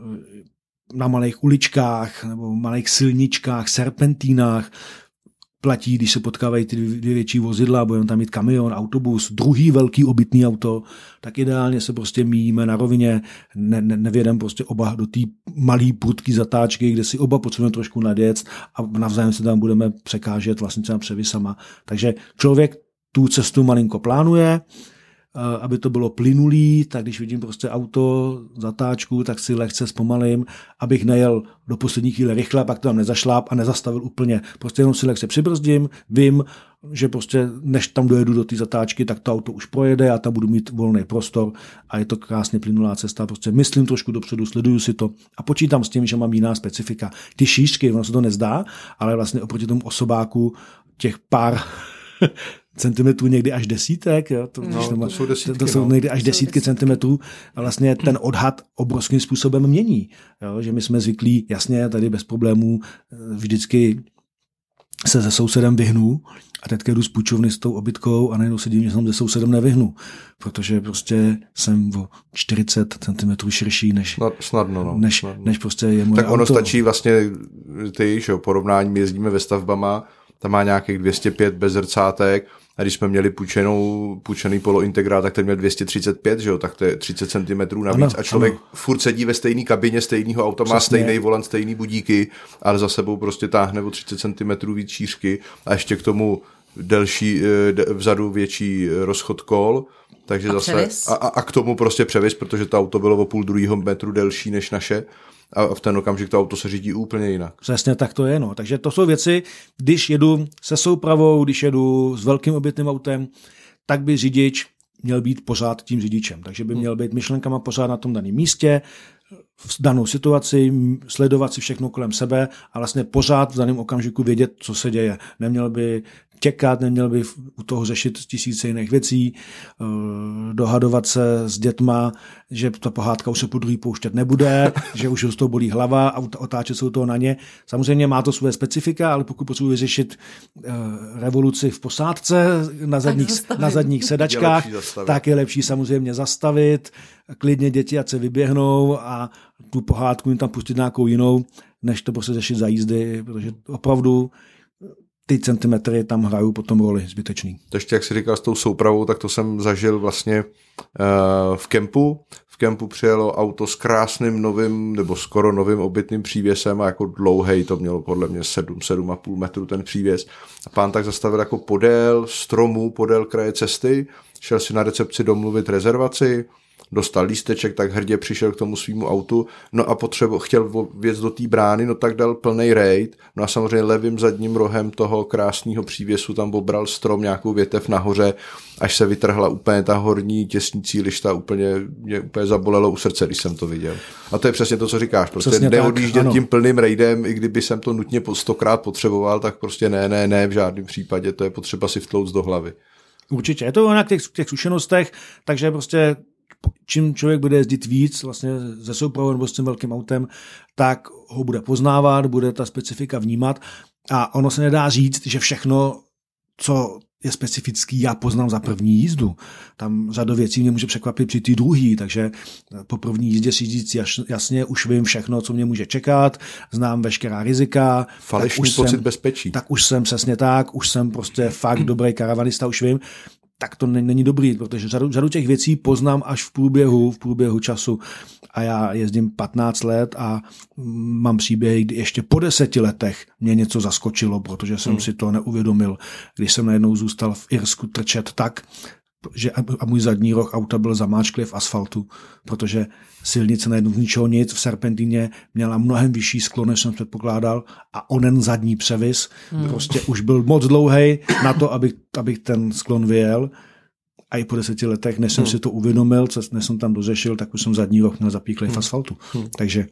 na malých uličkách nebo malých silničkách, serpentínách. Platí, když se potkávají ty dvě větší vozidla, budeme tam mít kamion, autobus, druhý velký obytný auto, tak ideálně se prostě míjíme na rovině, nevědeme prostě oba do té malé prudké zatáčky, kde si oba potřebujeme trošku nadjet a navzájem se tam budeme překážet vlastně třeba převisama. Takže člověk tu cestu malinko plánuje, aby to bylo plynulý, tak když vidím prostě auto, zatáčku, tak si lehce zpomalím, abych nejel do poslední chvíle rychle, pak to tam nezašláp a nezastavil úplně. Prostě jenom si lehce přibrzdím, vím, že prostě než tam dojedu do té zatáčky, tak to auto už projede a tam budu mít volný prostor a je to krásně plynulá cesta. Prostě myslím trošku dopředu, sleduju si to a počítám s tím, že mám jiná specifika. Ty šířky, ono se to nezdá, ale vlastně oproti tomu osobáku těch pár centimetrů, někdy až desítek, jo? To jsou někdy až desítky centimetrů a vlastně ten odhad obrovským způsobem mění. Jo? Že my jsme zvyklí, jasně, tady bez problémů vždycky se sousedem vyhnu a teďka jdu z půjčovny s tou obytkou a najednou se divím, že jsem se sousedem nevyhnu, protože prostě jsem o 40 cm širší než prostě je moje
tak ono
auto.
Stačí vlastně porovnání, my jezdíme ve stavbama, tam má nějakých 205 bez zrcátek a když jsme měli půjčený polointegrál, tak ten měl 235, že jo, tak to je 30 cm navíc a člověk furt sedí ve stejné kabině stejného auta, má stejný volant, stejný budíky, ale za sebou prostě táhne o 30 cm víc šířky a ještě k tomu delší, vzadu větší rozchod kol, takže a k tomu prostě převis, protože to auto bylo o půl druhého metru delší než naše. A v ten okamžik to auto se řídí úplně jinak.
Přesně tak to je. No. Takže to jsou věci, když jedu se soupravou, když jedu s velkým obytným autem, tak by řidič měl být pořád tím řidičem. Takže by měl být myšlenkama pořád na tom daném místě, v danou situaci, sledovat si všechno kolem sebe a vlastně pořád v daném okamžiku vědět, co se děje. Neměl by čekat, neměl by u toho řešit tisíce jiných věcí, dohadovat se s dětma, že ta pohádka už se po druhý pouštět nebude, že už z toho bolí hlava a otáčet se u toho na ně. Samozřejmě má to své specifika, ale pokud potřebuje řešit revoluci v posádce na zadních sedačkách, tak je lepší samozřejmě zastavit, klidně děti ať se vyběhnou a tu pohádku jim tam pustit nějakou jinou, než to prostě řešit za jízdy, protože opravdu ty centimetry tam hrajou potom roli zbytečný.
To ještě, jak jsi říkal s tou soupravou, tak to jsem zažil vlastně v kempu. V kempu přijelo auto s krásným novým, nebo skoro novým obytným přívěsem a jako dlouhej, to mělo podle mě 7,5 metru ten přívěs. A pán tak zastavil jako podél stromu, podél kraje cesty, šel si na recepci domluvit rezervaci dostal lísteček, tak hrdě přišel k tomu svýmu autu, no a chtěl vjet do té brány, no tak dal plnej raid, no a samozřejmě levým zadním rohem toho krásného přívěsu tam obral strom, nějakou větev nahoře, až se vytrhla úplně ta horní těsnící lišta, mě úplně zabolelo u srdce, když jsem to viděl. A to je přesně to, co říkáš, prostě neodjíždět tím plným raidem, i kdyby jsem to nutně 100krát potřeboval, tak prostě ne, v žádném případě, to je potřeba si vtlouct do hlavy.
Určitě, je to na těch zkušenostech, takže prostě čím člověk bude jezdit víc vlastně ze soupravou nebo s tím velkým autem, tak ho bude poznávat, bude ta specifika vnímat a ono se nedá říct, že všechno, co je specifický, já poznám za první jízdu. Tam řada věcí mě může překvapit při té druhé, takže po první jízdě si říct jasně, už vím všechno, co mě může čekat, znám veškerá rizika.
Falešný pocit bezpečí.
Tak už jsem přesně tak, už jsem prostě fakt dobrý karavanista, už vím. Tak to není dobrý, protože řadu těch věcí poznám až v průběhu času. A já jezdím 15 let a mám příběhy, kdy ještě po 10 letech mě něco zaskočilo, protože jsem si to neuvědomil, když jsem najednou zůstal v Irsku trčet tak, že a můj zadní roh auta byl zamáčklý v asfaltu, protože silnice najednou z ničeho nic v serpentíně měla mnohem vyšší sklon, než jsem předpokládal a onen zadní převis prostě už byl moc dlouhej na to, abych ten sklon vyjel a i po 10 letech, než jsem si to uvědomil, než jsem tam dořešil, tak už jsem zadní roh měl zapíklej v asfaltu. Takže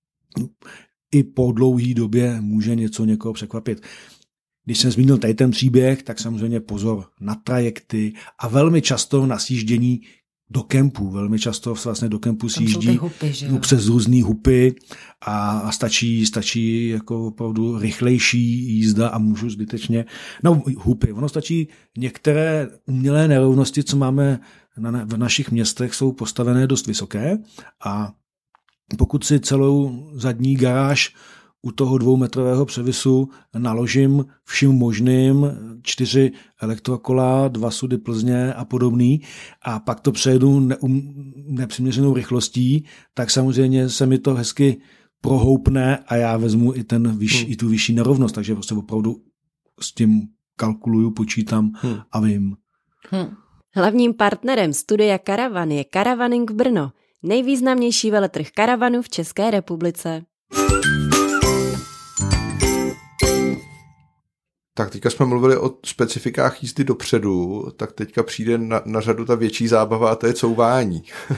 i po dlouhé době může něco někoho překvapit. Když jsem zmínil tady ten příběh, tak samozřejmě pozor na trajekty a velmi často na sjíždění do kempu. Velmi často vlastně do kempu sjíždí přes různý hupy a stačí jako opravdu rychlejší jízda a můžu zbytečně. No hupy, ono stačí některé umělé nerovnosti, co máme v našich městech, jsou postavené dost vysoké a pokud si celou zadní garáž u toho 2metrového převisu naložím vším možným, 4 elektrokola, 2 sudy Plzně a podobný a pak to přejedu nepřiměřenou rychlostí, tak samozřejmě se mi to hezky prohoupne a já vezmu i tu vyšší nerovnost, takže prostě opravdu s tím kalkuluju, počítám a vím.
Hlavním partnerem studia Karavan je Caravaning Brno, nejvýznamnější veletrh karavanů v České republice.
Tak teďka jsme mluvili o specifikách jízdy dopředu, tak teďka přijde na řadu ta větší zábava a to je couvání.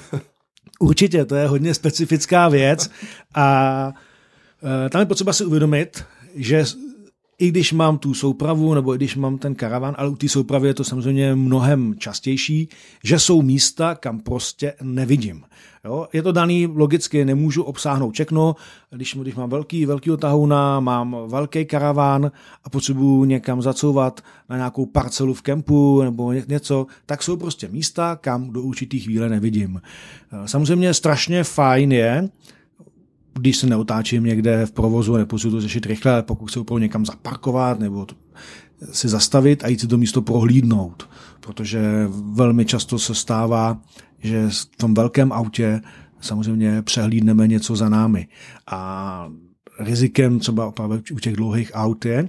Určitě, to je hodně specifická věc a tam je potřeba si uvědomit, že i když mám tu soupravu nebo i když mám ten karavan, ale u té soupravy je to samozřejmě mnohem častější, že jsou místa, kam prostě nevidím. Jo? Je to daný logicky, nemůžu obsáhnout všechno, když mám velkýho tahouna, mám velký karaván a potřebuji někam zacouvat na nějakou parcelu v kempu nebo něco, tak jsou prostě místa, kam do určitých chvíle nevidím. Samozřejmě strašně fajn je, když se neotáčím někde v provozu a nepotřebuji to řešit rychle, ale pokud se opravdu někam zaparkovat nebo si zastavit a jít si to místo prohlídnout, protože velmi často se stává, že v tom velkém autě samozřejmě přehlídneme něco za námi. A rizikem třeba opravdu u těch dlouhých aut je,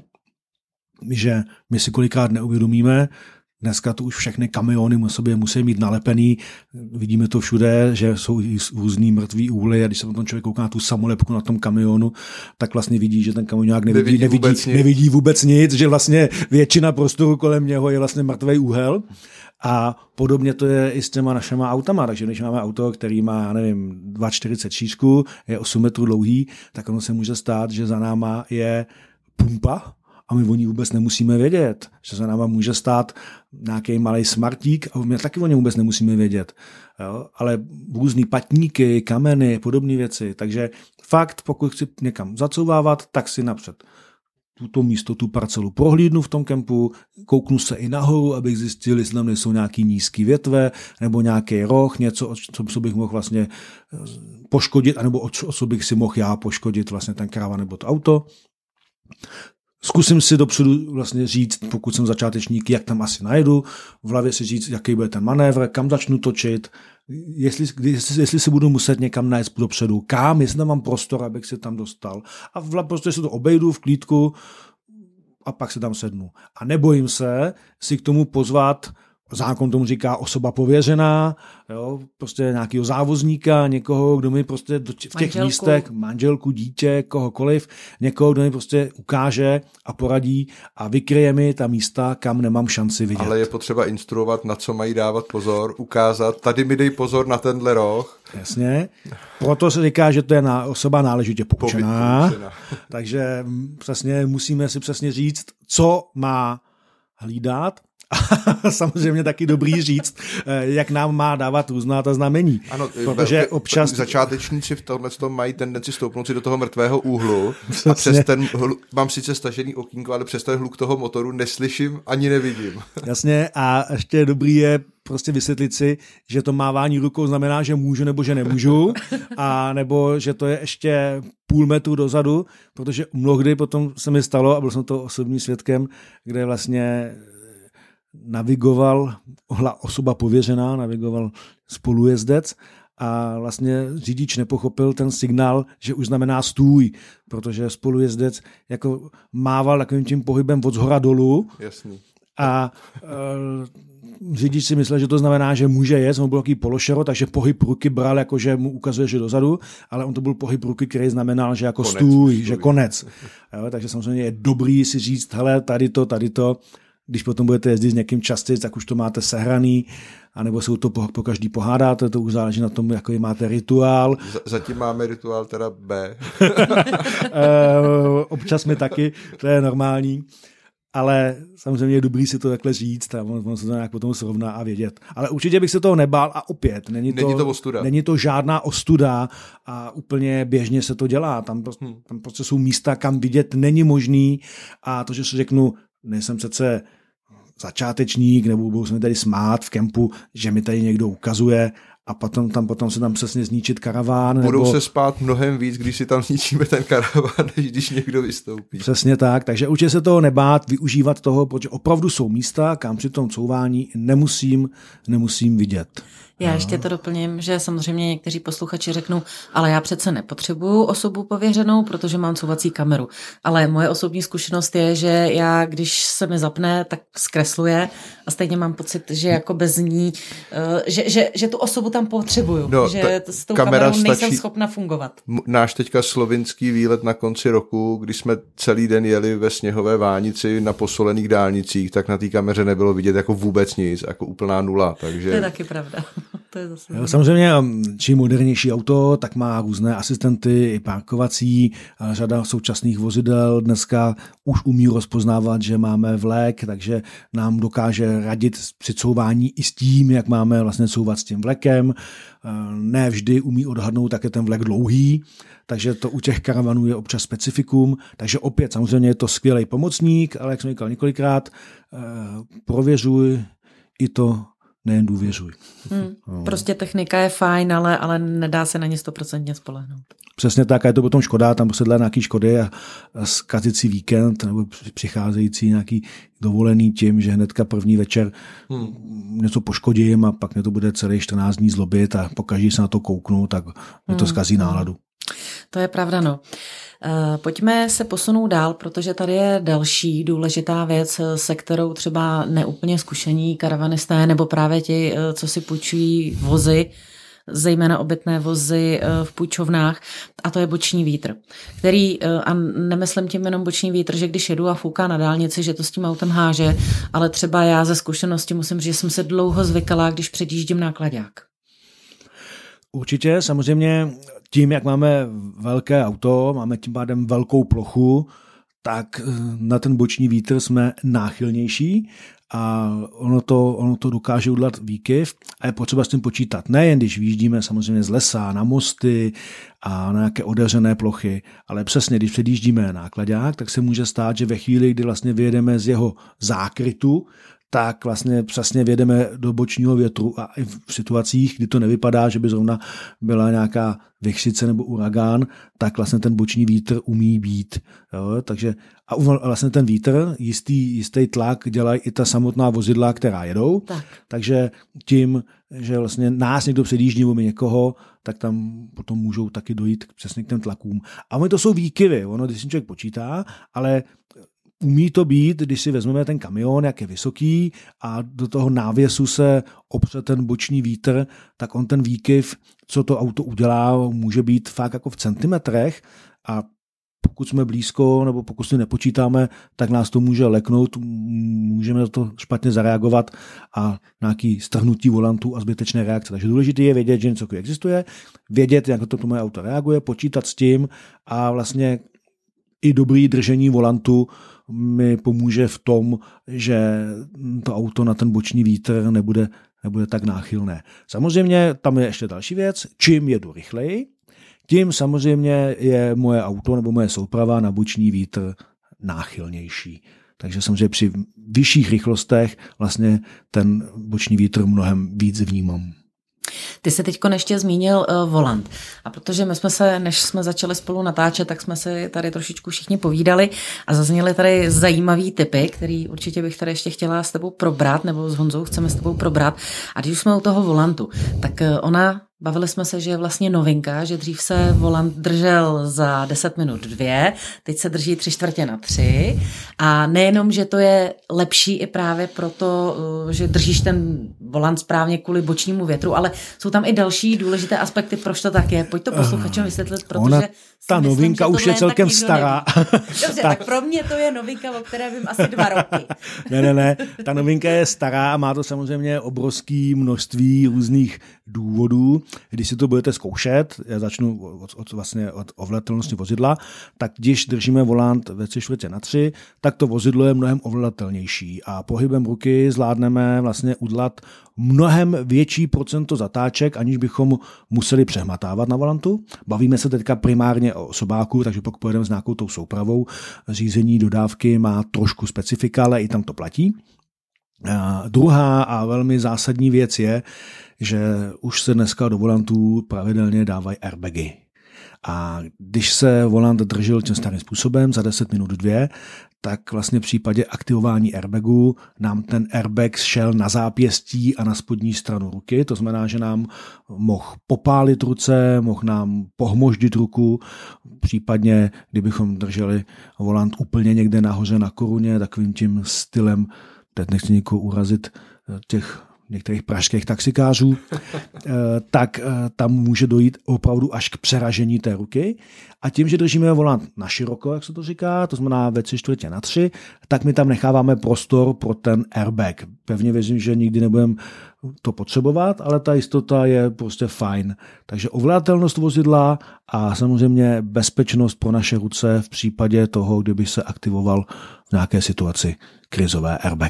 že my si kolikrát neuvědomíme, dneska to už všechny kamiony na sobě musí mít nalepený, vidíme to všude, že jsou různý mrtvý úhly a když se na tom člověk kouká na tu samolepku na tom kamionu, tak vlastně vidí, že ten kamionák nevidí vůbec nic, že vlastně většina prostoru kolem něho je vlastně mrtvý úhel. A podobně to je i s těma našima autama, takže když máme auto, který má, 2,40 šířku, je 8 metrů dlouhý, tak ono se může stát, že za náma je pumpa a my o ní vůbec nemusíme vědět, že za náma může stát nějaký malej smartík a my taky o něm vůbec nemusíme vědět. Jo? Ale různý patníky, kameny, podobné věci, takže fakt, pokud chci někam zacouvávat, tak si napřed tuto místo, tu parcelu prohlídnu v tom kempu, kouknu se i nahoru, abych zjistil, jestli tam nejsou nějaký nízký větve, nebo nějaký roh, něco, co bych mohl vlastně poškodit, anebo o co bych si mohl já poškodit vlastně ten karavan nebo to auto. Zkusím si dopředu vlastně říct, pokud jsem začátečník, jak tam asi najedu, v hlavě si říct, jaký bude ten manévr, kam začnu točit, jestli si budu muset někam najet dopředu, kam, jestli tam mám prostor, abych se tam dostal. A prostě si to obejdu v klídku a pak se tam sednu. A nebojím se si k tomu pozvat zákon tomu říká osoba pověřená, jo, prostě nějakého závozníka, někoho, kdo mi prostě v těch místech, manželku, dítě, kohokoliv, někoho, kdo mi prostě ukáže a poradí a vykryje mi ta místa, kam nemám šanci vidět.
Ale je potřeba instruovat, na co mají dávat pozor, ukázat, tady mi dej pozor na tenhle roh.
Jasně, proto se říká, že to je osoba náležitě poučená, takže přesně musíme si přesně říct, co má hlídat. A samozřejmě taky dobrý říct, jak nám má dávat různá ta znamení.
Ano,
protože občas...
Začátečníci v tomhle mají tendenci stoupnout si do toho mrtvého úhlu a přes ten mám sice stažený okýnko, ale přes ten hluk toho motoru neslyším ani nevidím.
Jasně, a ještě dobrý je prostě vysvětlit si, že to mávání rukou znamená, že můžu nebo že nemůžu, a nebo že to je ještě půl metru dozadu, protože mnohdy potom se mi stalo, a byl jsem to osobním svědkem, kde vlastně navigoval osoba pověřená, navigoval spolujezdec a vlastně řidič nepochopil ten signál, že už znamená stůj, protože spolujezdec jako mával takovým tím pohybem od zhora dolů.
Jasný.
A řidič si myslel, že to znamená, že může jet, on byl takový pološero, takže pohyb ruky bral, jako že mu ukazuje, že dozadu, ale on to byl pohyb ruky, který znamenal, že jako stůj, že konec. Jo, takže samozřejmě je dobrý si říct, hele, tady to, když potom budete jezdit s někým častěji, tak už to máte sehraný, anebo se to po každý pohádáte, to už záleží na tom, jaký máte rituál.
Zatím máme rituál teda B.
Občas mi taky, to je normální, ale samozřejmě je dobrý si to takhle říct a on se to nějak potom srovná a vědět. Ale určitě bych se toho nebál a opět, není to ostuda. Není to žádná ostuda a úplně běžně se to dělá. Tam prostě jsou místa, kam vidět není možný, a to, že si řeknu, nejsem přece začátečník, nebo budou se mi tady smát v kempu, že mi tady někdo ukazuje a potom se tam přesně zničit karaván.
Budou se spát mnohem víc, když si tam zničíme ten karaván, než když někdo vystoupí.
Přesně tak, takže určitě se toho nebát, využívat toho, protože opravdu jsou místa, kam při tom couvání nemusím vidět.
Já ještě to doplním, že samozřejmě někteří posluchači řeknou, ale já přece nepotřebuju osobu pověřenou, protože mám couvací kameru. Ale moje osobní zkušenost je, že já, když se mi zapne, tak zkresluje a stejně mám pocit, že jako bez ní, že tu osobu tam potřebuju, že s tou kamerou nejsem schopna fungovat.
Náš teďka slovinský výlet na konci roku, když jsme celý den jeli ve sněhové vánici na posolených dálnicích, tak na té kameře nebylo vidět jako vůbec nic, jako úplná nula. Takže...
To je taky pravda. To je zase...
Samozřejmě, čím modernější auto, tak má různé asistenty i parkovací. Řada současných vozidel dneska už umí rozpoznávat, že máme vlek, takže nám dokáže radit při couvání i s tím, jak máme vlastně couvat s tím vlekem. Ne vždy umí odhadnout, jak je ten vlek dlouhý, takže to u těch karavanů je občas specifikum. Takže opět samozřejmě je to skvělý pomocník, ale jak jsem říkal několikrát, prověřuj i to, nejen důvěřuj.
Prostě technika je fajn, ale nedá se na ně 100% spolehnout.
Přesně tak, a je to potom škoda, tam se dá nějaký škody a zkazit si víkend nebo přicházející nějaký dovolený tím, že hnedka první večer něco poškodím a pak mě to bude celý 14 dní zlobit a pokaždé se na to kouknu, tak mě to zkazí náladu.
To je pravda, no. Pojďme se posunout dál, protože tady je další důležitá věc, se kterou třeba neúplně zkušení karavanisté nebo právě ti, co si půjčují vozy, zejména obytné vozy v půjčovnách, a to je boční vítr, který, a nemyslím tím jenom boční vítr, že když jedu a fouká na dálnici, že to s tím autem háže, ale třeba já ze zkušenosti musím říct, že jsem se dlouho zvykala, když předjíždím náklaďák.
Určitě, samozřejmě tím, jak máme velké auto, máme tím pádem velkou plochu, tak na ten boční vítr jsme náchylnější a ono to dokáže udělat výkyv a je potřeba s tím počítat. Nejen když vyjíždíme samozřejmě z lesa, na mosty a na nějaké otevřené plochy, ale přesně, když předjíždíme náklaďák, tak se může stát, že ve chvíli, kdy vlastně vyjedeme z jeho zákrytu, tak vlastně přesně vědeme do bočního větru a i v situacích, kdy to nevypadá, že by zrovna byla nějaká vichřice nebo uragán, tak vlastně ten boční vítr umí být. Jo? Takže, a vlastně ten vítr, jistý tlak dělají i ta samotná vozidla, která jedou. Takže tím, že vlastně nás někdo předjíždí nebo někoho, tak tam potom můžou taky dojít přesně k těm tlakům. A oni to jsou výkyvy, když si člověk počítá, ale umí to být, když si vezmeme ten kamion, jak je vysoký a do toho návěsu se opře ten boční vítr, tak on ten výkyv, co to auto udělá, může být fakt jako v centimetrech a pokud jsme blízko, nebo pokud si nepočítáme, tak nás to může leknout, můžeme na to špatně zareagovat a nějaký strhnutí volantu a zbytečné reakce. Takže důležité je vědět, že něco existuje, vědět, jak to moje auto reaguje, počítat s tím a vlastně i dobrý držení volantu mi pomůže v tom, že to auto na ten boční vítr nebude tak náchylné. Samozřejmě tam je ještě další věc, čím jedu rychleji, tím samozřejmě je moje auto nebo moje souprava na boční vítr náchylnější. Takže samozřejmě při vyšších rychlostech vlastně ten boční vítr mnohem víc vnímám.
Ty jsi teďko ještě zmínil volant. A protože my jsme se, než jsme začali spolu natáčet, tak jsme si tady trošičku všichni povídali a zazněly tady zajímavý tipy, který určitě bych tady ještě chtěla s tebou probrat, nebo s Honzou chceme s tebou probrat. A když už jsme u toho volantu, tak bavili jsme se, že je vlastně novinka, že dřív se volant držel za 10 minut 2, teď se drží 3/4 a nejenom, že to je lepší i právě proto, že držíš ten volant správně kvůli bočnímu větru, ale jsou tam i další důležité aspekty, proč to tak je. Pojď to posluchačům vysvětlit, protože
ta novinka už je celkem stará.
Dobře, tak pro mě to je novinka, o které vím asi 2 roky.
Ne, ta novinka je stará a má to samozřejmě obrovské množství různých důvodů. Když si to budete zkoušet, já začnu od ovladatelnosti vozidla, tak když držíme volant ve 3/4, tak to vozidlo je mnohem ovladatelnější a pohybem ruky zvládneme vlastně udělat mnohem větší procento zatáček, aniž bychom museli přehmatávat na volantu. Bavíme se teďka primárně o osobáku, takže pokud pojedeme s nějakou tou soupravou, řízení dodávky má trošku specifika, ale i tam to platí. Druhá a velmi zásadní věc je, že už se dneska do volantů pravidelně dávají airbagy. A když se volant držel tím starým způsobem za 10 minut 2, tak vlastně v případě aktivování airbagu nám ten airbag šel na zápěstí a na spodní stranu ruky. To znamená, že nám mohl popálit ruce, mohl nám pohmoždit ruku, případně kdybychom drželi volant úplně někde nahoře na koruně, takovým tím stylem, teď nechci někoho urazit, těch některých pražských taxikářů, tak tam může dojít opravdu až k přeražení té ruky. A tím, že držíme volant na široko, jak se to říká, to znamená ve 3/4, tak my tam necháváme prostor pro ten airbag. Pevně věřím, že nikdy nebudeme to potřebovat, ale ta jistota je prostě fajn. Takže ovladatelnost vozidla a samozřejmě bezpečnost pro naše ruce v případě toho, kdyby se aktivoval v nějaké situaci krizové airbag.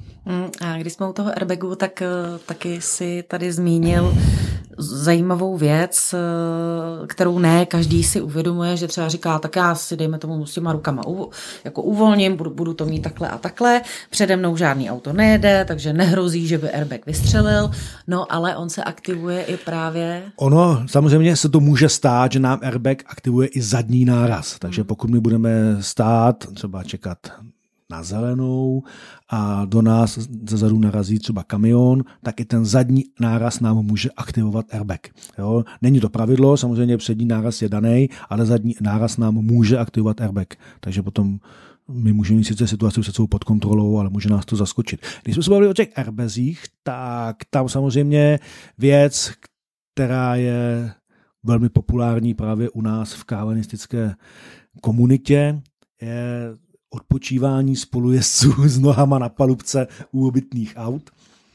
A když jsme u toho airbagu, tak taky si tady zmínil zajímavou věc, kterou ne každý si uvědomuje, že třeba říká, tak já si dejme tomu s těma rukama jako uvolním, budu to mít takhle a takhle, přede mnou žádný auto nejede, takže nehrozí, že by airbag vystřelil, no ale on se aktivuje i právě...
Ono, samozřejmě se to může stát, že nám airbag aktivuje i zadní náraz, takže pokud my budeme stát, třeba čekat na zelenou a do nás zezadu narazí třeba kamion, tak i ten zadní náraz nám může aktivovat airbag. Jo? Není to pravidlo, samozřejmě přední náraz je daný, ale zadní náraz nám může aktivovat airbag. Takže potom my můžeme mít sice situaci se pod kontrolou, ale může nás to zaskočit. Když jsme se bavili o těch airbazích, tak tam samozřejmě věc, která je velmi populární právě u nás v karavanistické komunitě, je odpočívání spolujezdců s nohama na palubce u obytných aut.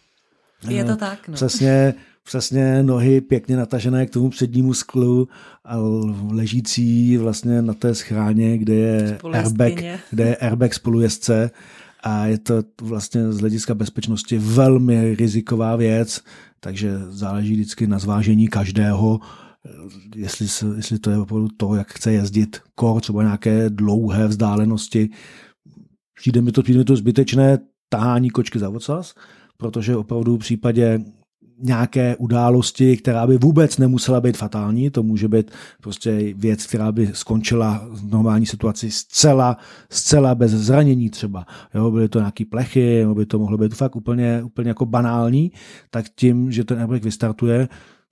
Je to tak, no.
Přesně nohy pěkně natažené k tomu přednímu sklu a ležící vlastně na té schráně, kde je airbag spolujezdce a je to vlastně z hlediska bezpečnosti velmi riziková věc, takže záleží vždycky na zvážení každého, jestli to je opravdu to, jak chce jezdit kor, třeba nějaké dlouhé vzdálenosti. Přijde mi to zbytečné tahání kočky za ocas, protože opravdu v případě nějaké události, která by vůbec nemusela být fatální, to může být prostě věc, která by skončila v normální situaci zcela bez zranění třeba. Jo, byly to nějaký plechy, nebo by to mohlo být fakt úplně jako banální, tak tím, že ten airbag vystartuje,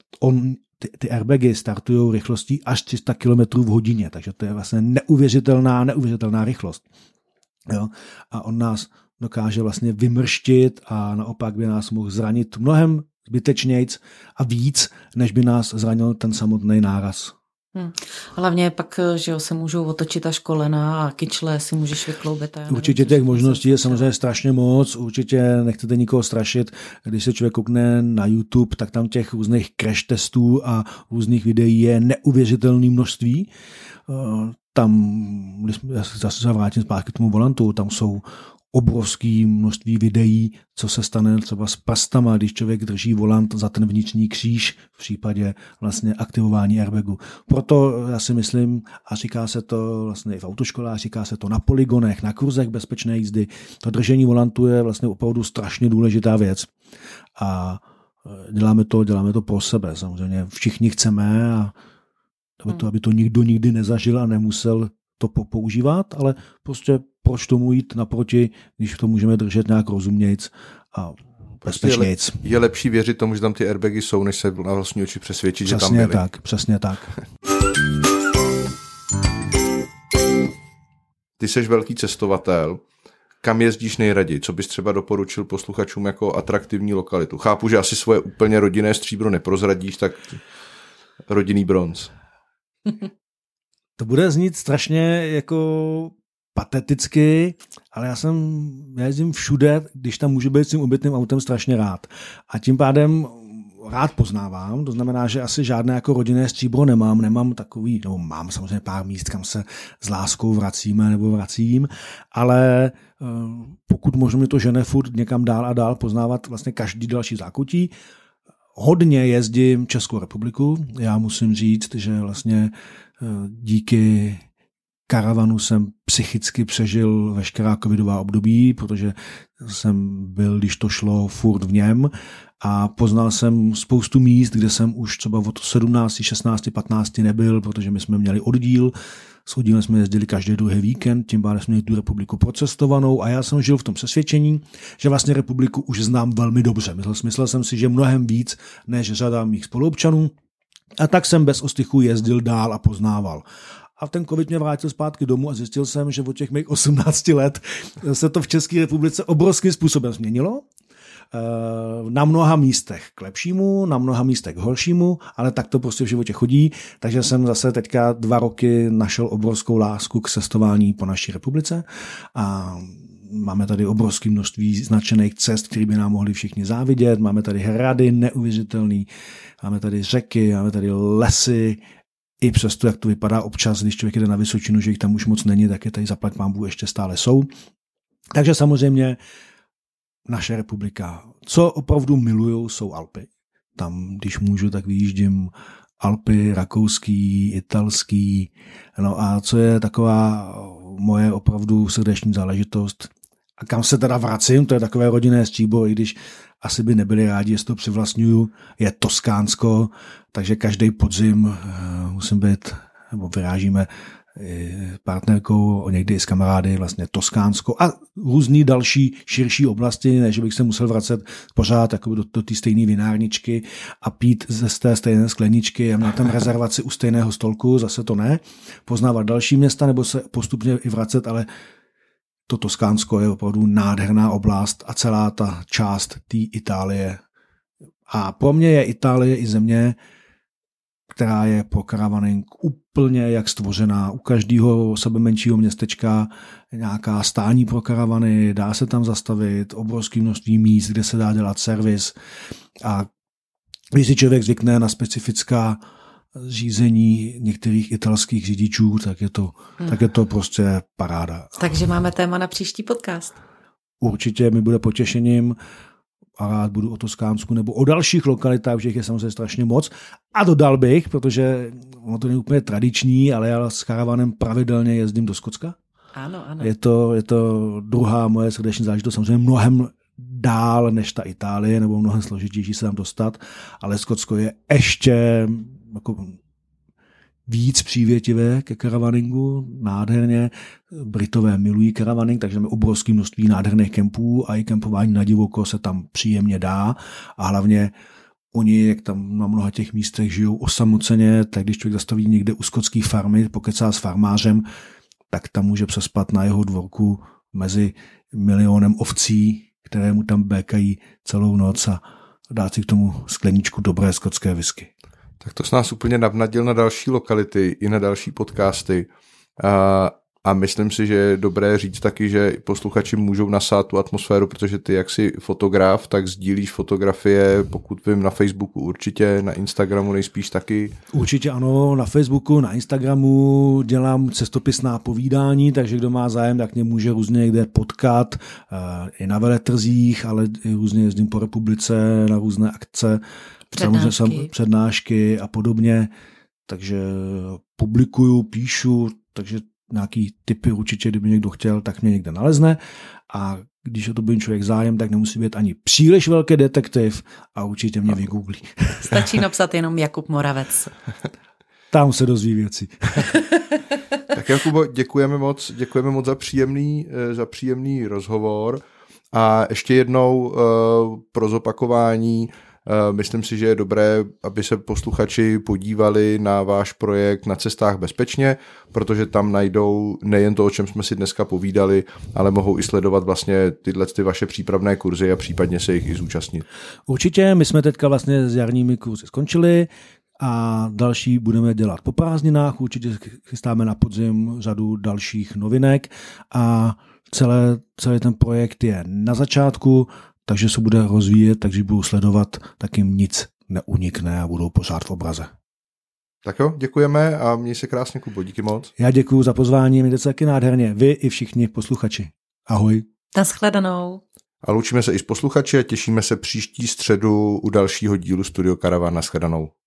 ty airbagy startují rychlostí až 300 km v hodině, takže to je vlastně neuvěřitelná rychlost. Jo? A on nás dokáže vlastně vymrštit a naopak by nás mohl zranit mnohem zbytečnějc a víc, než by nás zranil ten samotný náraz.
Hlavně pak, že jo, se můžou otočit až kolena a kyčle si můžeš vykloubit.
Určitě těch možností je samozřejmě strašně moc, určitě nechcete nikoho strašit. Když se člověk koukne na YouTube, tak tam těch různých crash testů a různých videí je neuvěřitelné množství. Tam, zase se vrátím zpátky k tomu volantu, tam jsou obrovské množství videí, co se stane třeba s prstama, když člověk drží volant za ten vnitřní kříž v případě vlastně aktivování airbagu. Proto já si myslím, a říká se to vlastně i v autoškolách, říká se to na poligonech, na kurzech bezpečné jízdy, to držení volantu je vlastně opravdu strašně důležitá věc. A děláme to pro sebe. Samozřejmě všichni chceme, a aby to nikdo nikdy nezažil a nemusel to používat, ale prostě proč tomu jít naproti, když to můžeme držet nějak rozumějc a bezpečnějc.
Je lepší věřit tomu, že tam ty airbagy jsou, než se na vlastní oči přesvědčit,
přesně,
že tam byly.
Přesně tak.
Ty seš velký cestovatel. Kam jezdíš nejraději? Co bys třeba doporučil posluchačům jako atraktivní lokalitu? Chápu, že asi svoje úplně rodinné stříbro neprozradíš, tak rodinný bronz.
To bude znít strašně jako pateticky, ale já jezdím všude, když tam můžu být s tím obytným autem strašně rád. A tím pádem rád poznávám, to znamená, že asi žádné jako rodinné stříbro nemám takový, nebo mám samozřejmě pár míst, kam se s láskou vracím, ale pokud možno mi to žene furt někam dál a dál poznávat vlastně každý další zákutí. Hodně jezdím Českou republiku, já musím říct, že vlastně díky karavanu jsem psychicky přežil veškerá covidová období, protože jsem byl, když to šlo, furt v něm a poznal jsem spoustu míst, kde jsem už třeba od 17, 16, 15 nebyl, protože my jsme měli oddíl, s oddílem jsme jezdili každý druhý víkend, tím pádem jsme měli tu republiku procestovanou a já jsem žil v tom přesvědčení, že vlastně republiku už znám velmi dobře. Myslel jsem si, že mnohem víc než řada mých spoluobčanů a tak jsem bez ostychu jezdil dál a poznával. A ten covid mě vrátil zpátky domů a zjistil jsem, že od těch mých 18 let se to v České republice obrovským způsobem změnilo. Na mnoha místech k lepšímu, na mnoha místech k horšímu, ale tak to prostě v životě chodí, takže jsem zase teďka 2 roky našel obrovskou lásku k cestování po naší republice a máme tady obrovské množství značených cest, které by nám mohli všichni závidět, máme tady hrady neuvěřitelný, máme tady řeky, máme tady lesy, i přesto, jak to vypadá občas, když člověk jde na Vysočinu, že jich tam už moc není, tak je tady zaplať pánbůh ještě stále jsou. Takže samozřejmě naše republika. Co opravdu miluju, jsou Alpy. Tam, když můžu, tak vyjíždím Alpy, rakouský, italský. No a co je taková moje opravdu srdeční záležitost. A kam se teda vracím, to je takové rodinné stříbro, i když asi by nebyli rádi, jestli to přivlastňuju, je Toskánsko, takže každý podzim musím být, nebo vyrážíme partnerkou, někdy i s kamarády, vlastně Toskánsko a různý další širší oblasti, než bych se musel vracet pořád jako do té stejné vinárničky a pít ze té stejné skleničky a na tam rezervaci u stejného stolku, zase to ne, poznávat další města nebo se postupně i vracet, ale to Toskánsko je opravdu nádherná oblast a celá ta část té Itálie. A pro mě je Itálie i země, která je pro karavaning úplně jak stvořená. U každého sebe menšího městečka nějaká stání pro karavany, dá se tam zastavit, obrovské množství míst, kde se dá dělat servis. A když si člověk zvykne na specifická řízení některých italských řidičů, tak je to prostě paráda.
Takže máme téma na příští podcast.
Určitě mi bude potěšením a rád budu o Toskánsku nebo o dalších lokalitách, že je samozřejmě strašně moc. A dodal bych, protože ono to není úplně tradiční, ale já s karavanem pravidelně jezdím do Skotska.
Ano.
Je to druhá moje srdeční záležitost, samozřejmě mnohem dál než ta Itálie, nebo mnohem složitější se tam dostat, ale Skotsko je ještě jako víc přívětivé ke karavaningu, nádherně. Britové milují karavaning, takže máme obrovské množství nádherných kempů a i kempování na divoko se tam příjemně dá a hlavně oni, jak tam na mnoha těch místech žijou osamoceně, tak když člověk zastaví někde u skotské farmy, pokecá s farmářem, tak tam může přespat na jeho dvorku mezi milionem ovcí, které mu tam békají celou noc a dát si k tomu skleničku dobré skotské whisky.
Tak to s nás úplně navnadil na další lokality i na další podcasty. A myslím si, že je dobré říct taky, že posluchači můžou nasát tu atmosféru, protože ty, jak jsi fotograf, tak sdílíš fotografie, pokud vím, na Facebooku určitě, na Instagramu nejspíš taky.
Určitě ano, na Facebooku, na Instagramu dělám cestopisná povídání, takže kdo má zájem, tak mě může různě někde potkat, i na veletrzích, ale i různě jezdím po republice na různé akce, přednášky a podobně, takže publikuju, píšu, takže nějaký tipy určitě, kdyby někdo chtěl, tak mě někde nalezne a když o to bude člověk zájem, tak nemusí být ani příliš velký detektiv a určitě mě vygooglí.
Stačí napsat jenom Jakub Moravec.
Tam se dozví věci.
Tak Jakubo, děkujeme moc za příjemný rozhovor a ještě jednou pro zopakování. Myslím si, že je dobré, aby se posluchači podívali na váš projekt Na cestách bezpečně, protože tam najdou nejen to, o čem jsme si dneska povídali, ale mohou i sledovat vlastně ty vaše přípravné kurzy a případně se jich i zúčastnit.
Určitě, my jsme teďka vlastně s jarními kurzy skončili a další budeme dělat po prázdninách, určitě chystáme na podzim řadu dalších novinek a celý ten projekt je na začátku, takže se bude rozvíjet, takže budou sledovat, tak jim nic neunikne a budou pořád v obraze.
Tak jo, děkujeme a měj se krásně, Kubo, díky moc.
Já děkuju za pozvání, mějte se taky nádherně, vy i všichni posluchači. Ahoj.
Nashledanou.
A loučíme se i s posluchači a těšíme se příští středu u dalšího dílu Studio Karavan. Nashledanou.